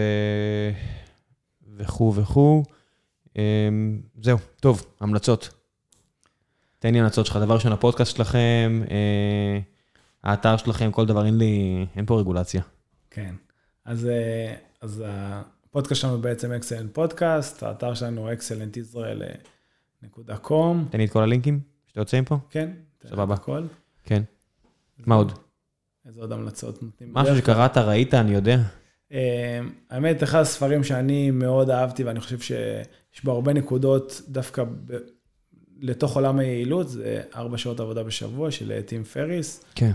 וכו'. זהו, טוב, המלצות. תן לי המלצות שלך, דבר ראשון, הפודקאסט שלכם, האתר שלכם, כל דבר, אין פה רגולציה. כן. אז הפודקאסט שלנו בעצם אקסלנט פודקאסט, האתר שלנו excellentisrael.com. תן לי את כל הלינקים שאתה יוצאים פה? כן. סבבה. הכל. כן. מה עוד? איזה עוד המלצות נותנים? משהו שקראת, ראית, אני יודע. האמת, אחד הספרים שאני מאוד אהבתי, ואני חושב שיש בו הרבה נקודות דווקא לתוך עולם היעילות, זה 4 שעות עבודה בשבוע של טים פריס. כן.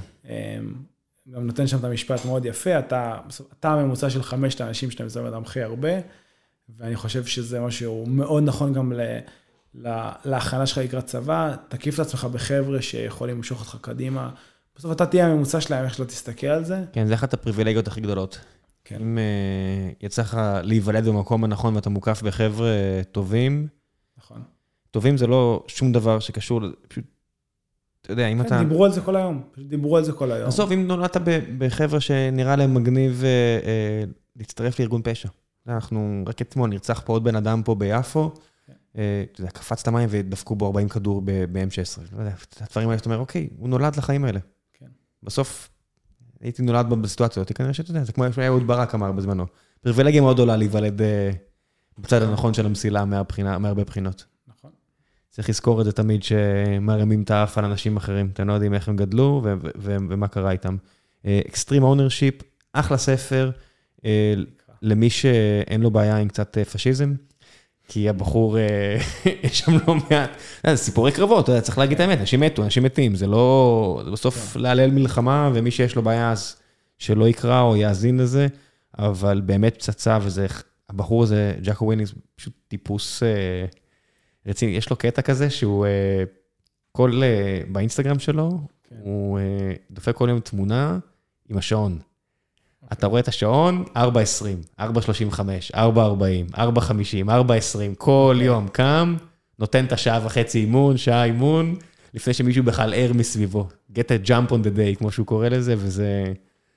גם נותן שם את המשפט מאוד יפה, אתה הממוצע של 5 אנשים שאתה מזמן אדם הכי הרבה, ואני חושב שזה משהו מאוד נכון גם להכנה שלך לקראת צבא, תקיף את עצמך בחבר'ה שיכולים למשוך אותך קדימה, בסוף אתה תהיה הממוצע שלהם, איך שלא תסתכל על זה. כן, זה אחת הפריבילגיות הכי גדולות. כן. אם יצא לך להיוולד במקום הנכון ואתה מוקף בחבר'ה טובים, נכון. טובים זה לא שום דבר שקשור, פשוט, אתה יודע, אם אתה... דיברו על זה כל היום, פשוט דיברו על זה כל היום. בסוף, אם נולדת בחבר'ה שנראה להם מגניב להצטרף לארגון פשע. אנחנו רק אתמול נרצח פה עוד בן אדם פה ביפו, אתה יודע, קפץ את המים ודפקו בו 40 כדור ב-M16. לא יודע, הדברים האלה, אתה אומר, אוקיי, הוא נולד לחיים האלה. בסוף, הייתי נולד בסיטואציה הזאת, כנראה שאתה יודע, זה כמו אהוד ברק אמר בזמנו. פריבילגיה מאוד עולה להיוולד בצד הנכון של המסילה מהרבה בחינות. נכון. צריך לזכור את זה תמיד שמרמים את האף על אנשים אחרים. אתם לא יודעים איך הם גדלו ומה קרה איתם. Extreme Ownership, אחלה ספר, למי שאין לו בעיה עם קצת פשיזם, כי הבחור, יש שם לא מעט, זה סיפורי קרבות, צריך להגיד את האמת, אנשים מתו, אנשים מתים, זה לא, בסוף להלל מלחמה, ומי שיש לו בעיה אז שלא יקרא או יאזין לזה, אבל באמת פצצה, וזה, הבחור הזה, ג'קו ווינינגס, פשוט טיפוס רציני, יש לו קטע כזה שהוא, באינסטגרם שלו, הוא דופק כל יום תמונה עם השעון. אתה רואה את השעון, 4:20, 4:35, 4:40, 4:50, 4:20, כל יום קם, נותן את השעה וחצי אימון, שעה אימון, לפני שמישהו בכלל ער מסביבו. Get a jump on the day, כמו שהוא קורא לזה, וזה...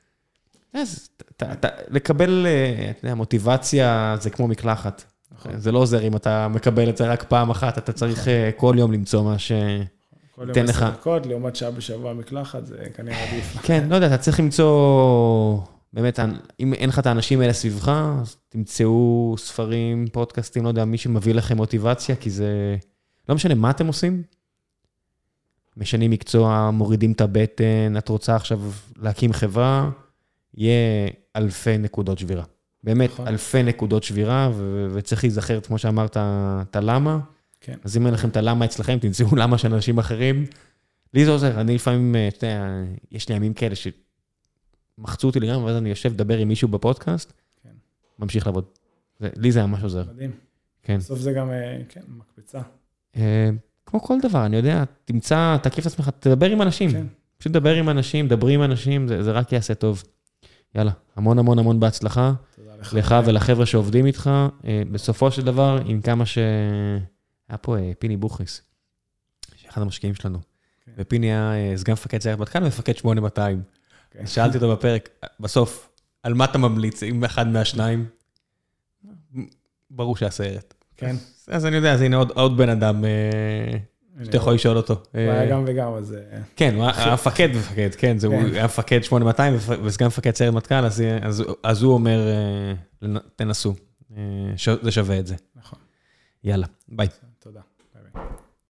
לקבל מוטיבציה זה כמו מקלחת. זה לא עוזר אם אתה מקבל את זה רק פעם אחת, אתה צריך כל יום למצוא מה ש... תן לך. כל יום 10 דקות, לעומת שעה בשבוע מקלחת, זה כנראה עדיף. כן, לא יודע, אתה צריך למצוא... באמת, אם אין לך את האנשים האלה סביבך, אז תמצאו ספרים, פודקאסטים, לא יודע, מי שמביא לכם מוטיבציה, כי זה... לא משנה מה אתם עושים. משנים מקצוע, מורידים את הבטן, את רוצה עכשיו להקים חברה, יהיה אלפי נקודות שבירה. באמת, אלפי נקודות שבירה, וצריך להיזכר, כמו שאמרת, את הלמה. כן. אז אם אין לכם את הלמה אצלכם, תמצאו למה של אנשים אחרים. לי זה עוזר, אני לפעמים, יש לי ימים כאלה מחצו אותי לגמרי, ואז אני יושב לדבר עם מישהו בפודקאסט, ממשיך לעבוד. לי זה ממש עוזר. מדהים. כן. בסוף זה גם, כן, מקפצה. כמו כל דבר, אני יודע, תמצא, תקיף את עצמך, תדבר עם אנשים. פשוט תדבר עם אנשים, דברי עם אנשים, זה רק יעשה טוב. יאללה, המון המון המון בהצלחה. לך ולחבר'ה שעובדים איתך. בסופו של דבר, עם כמה היה פה פיני בוכריס, שאחד המשקיעים שלנו. ופיני היה סגן מפקד סיירת מטכ"ל ומפקד 8200. שאלתי אותו בפרק, בסוף, על מה אתה ממליץ, אם אחד מהשניים? ברור שהסיירת. כן. אז אני יודע, אז הנה עוד בן אדם שאתה יכול לשאול אותו. הוא היה גם וגם, אז... כן, הוא היה מפקד, כן, הוא היה מפקד 8200 וסגן מפקד סיירת מטכ"ל, אז הוא אומר, תנסו, זה שווה את זה. נכון. יאללה, ביי. תודה. ביי ביי.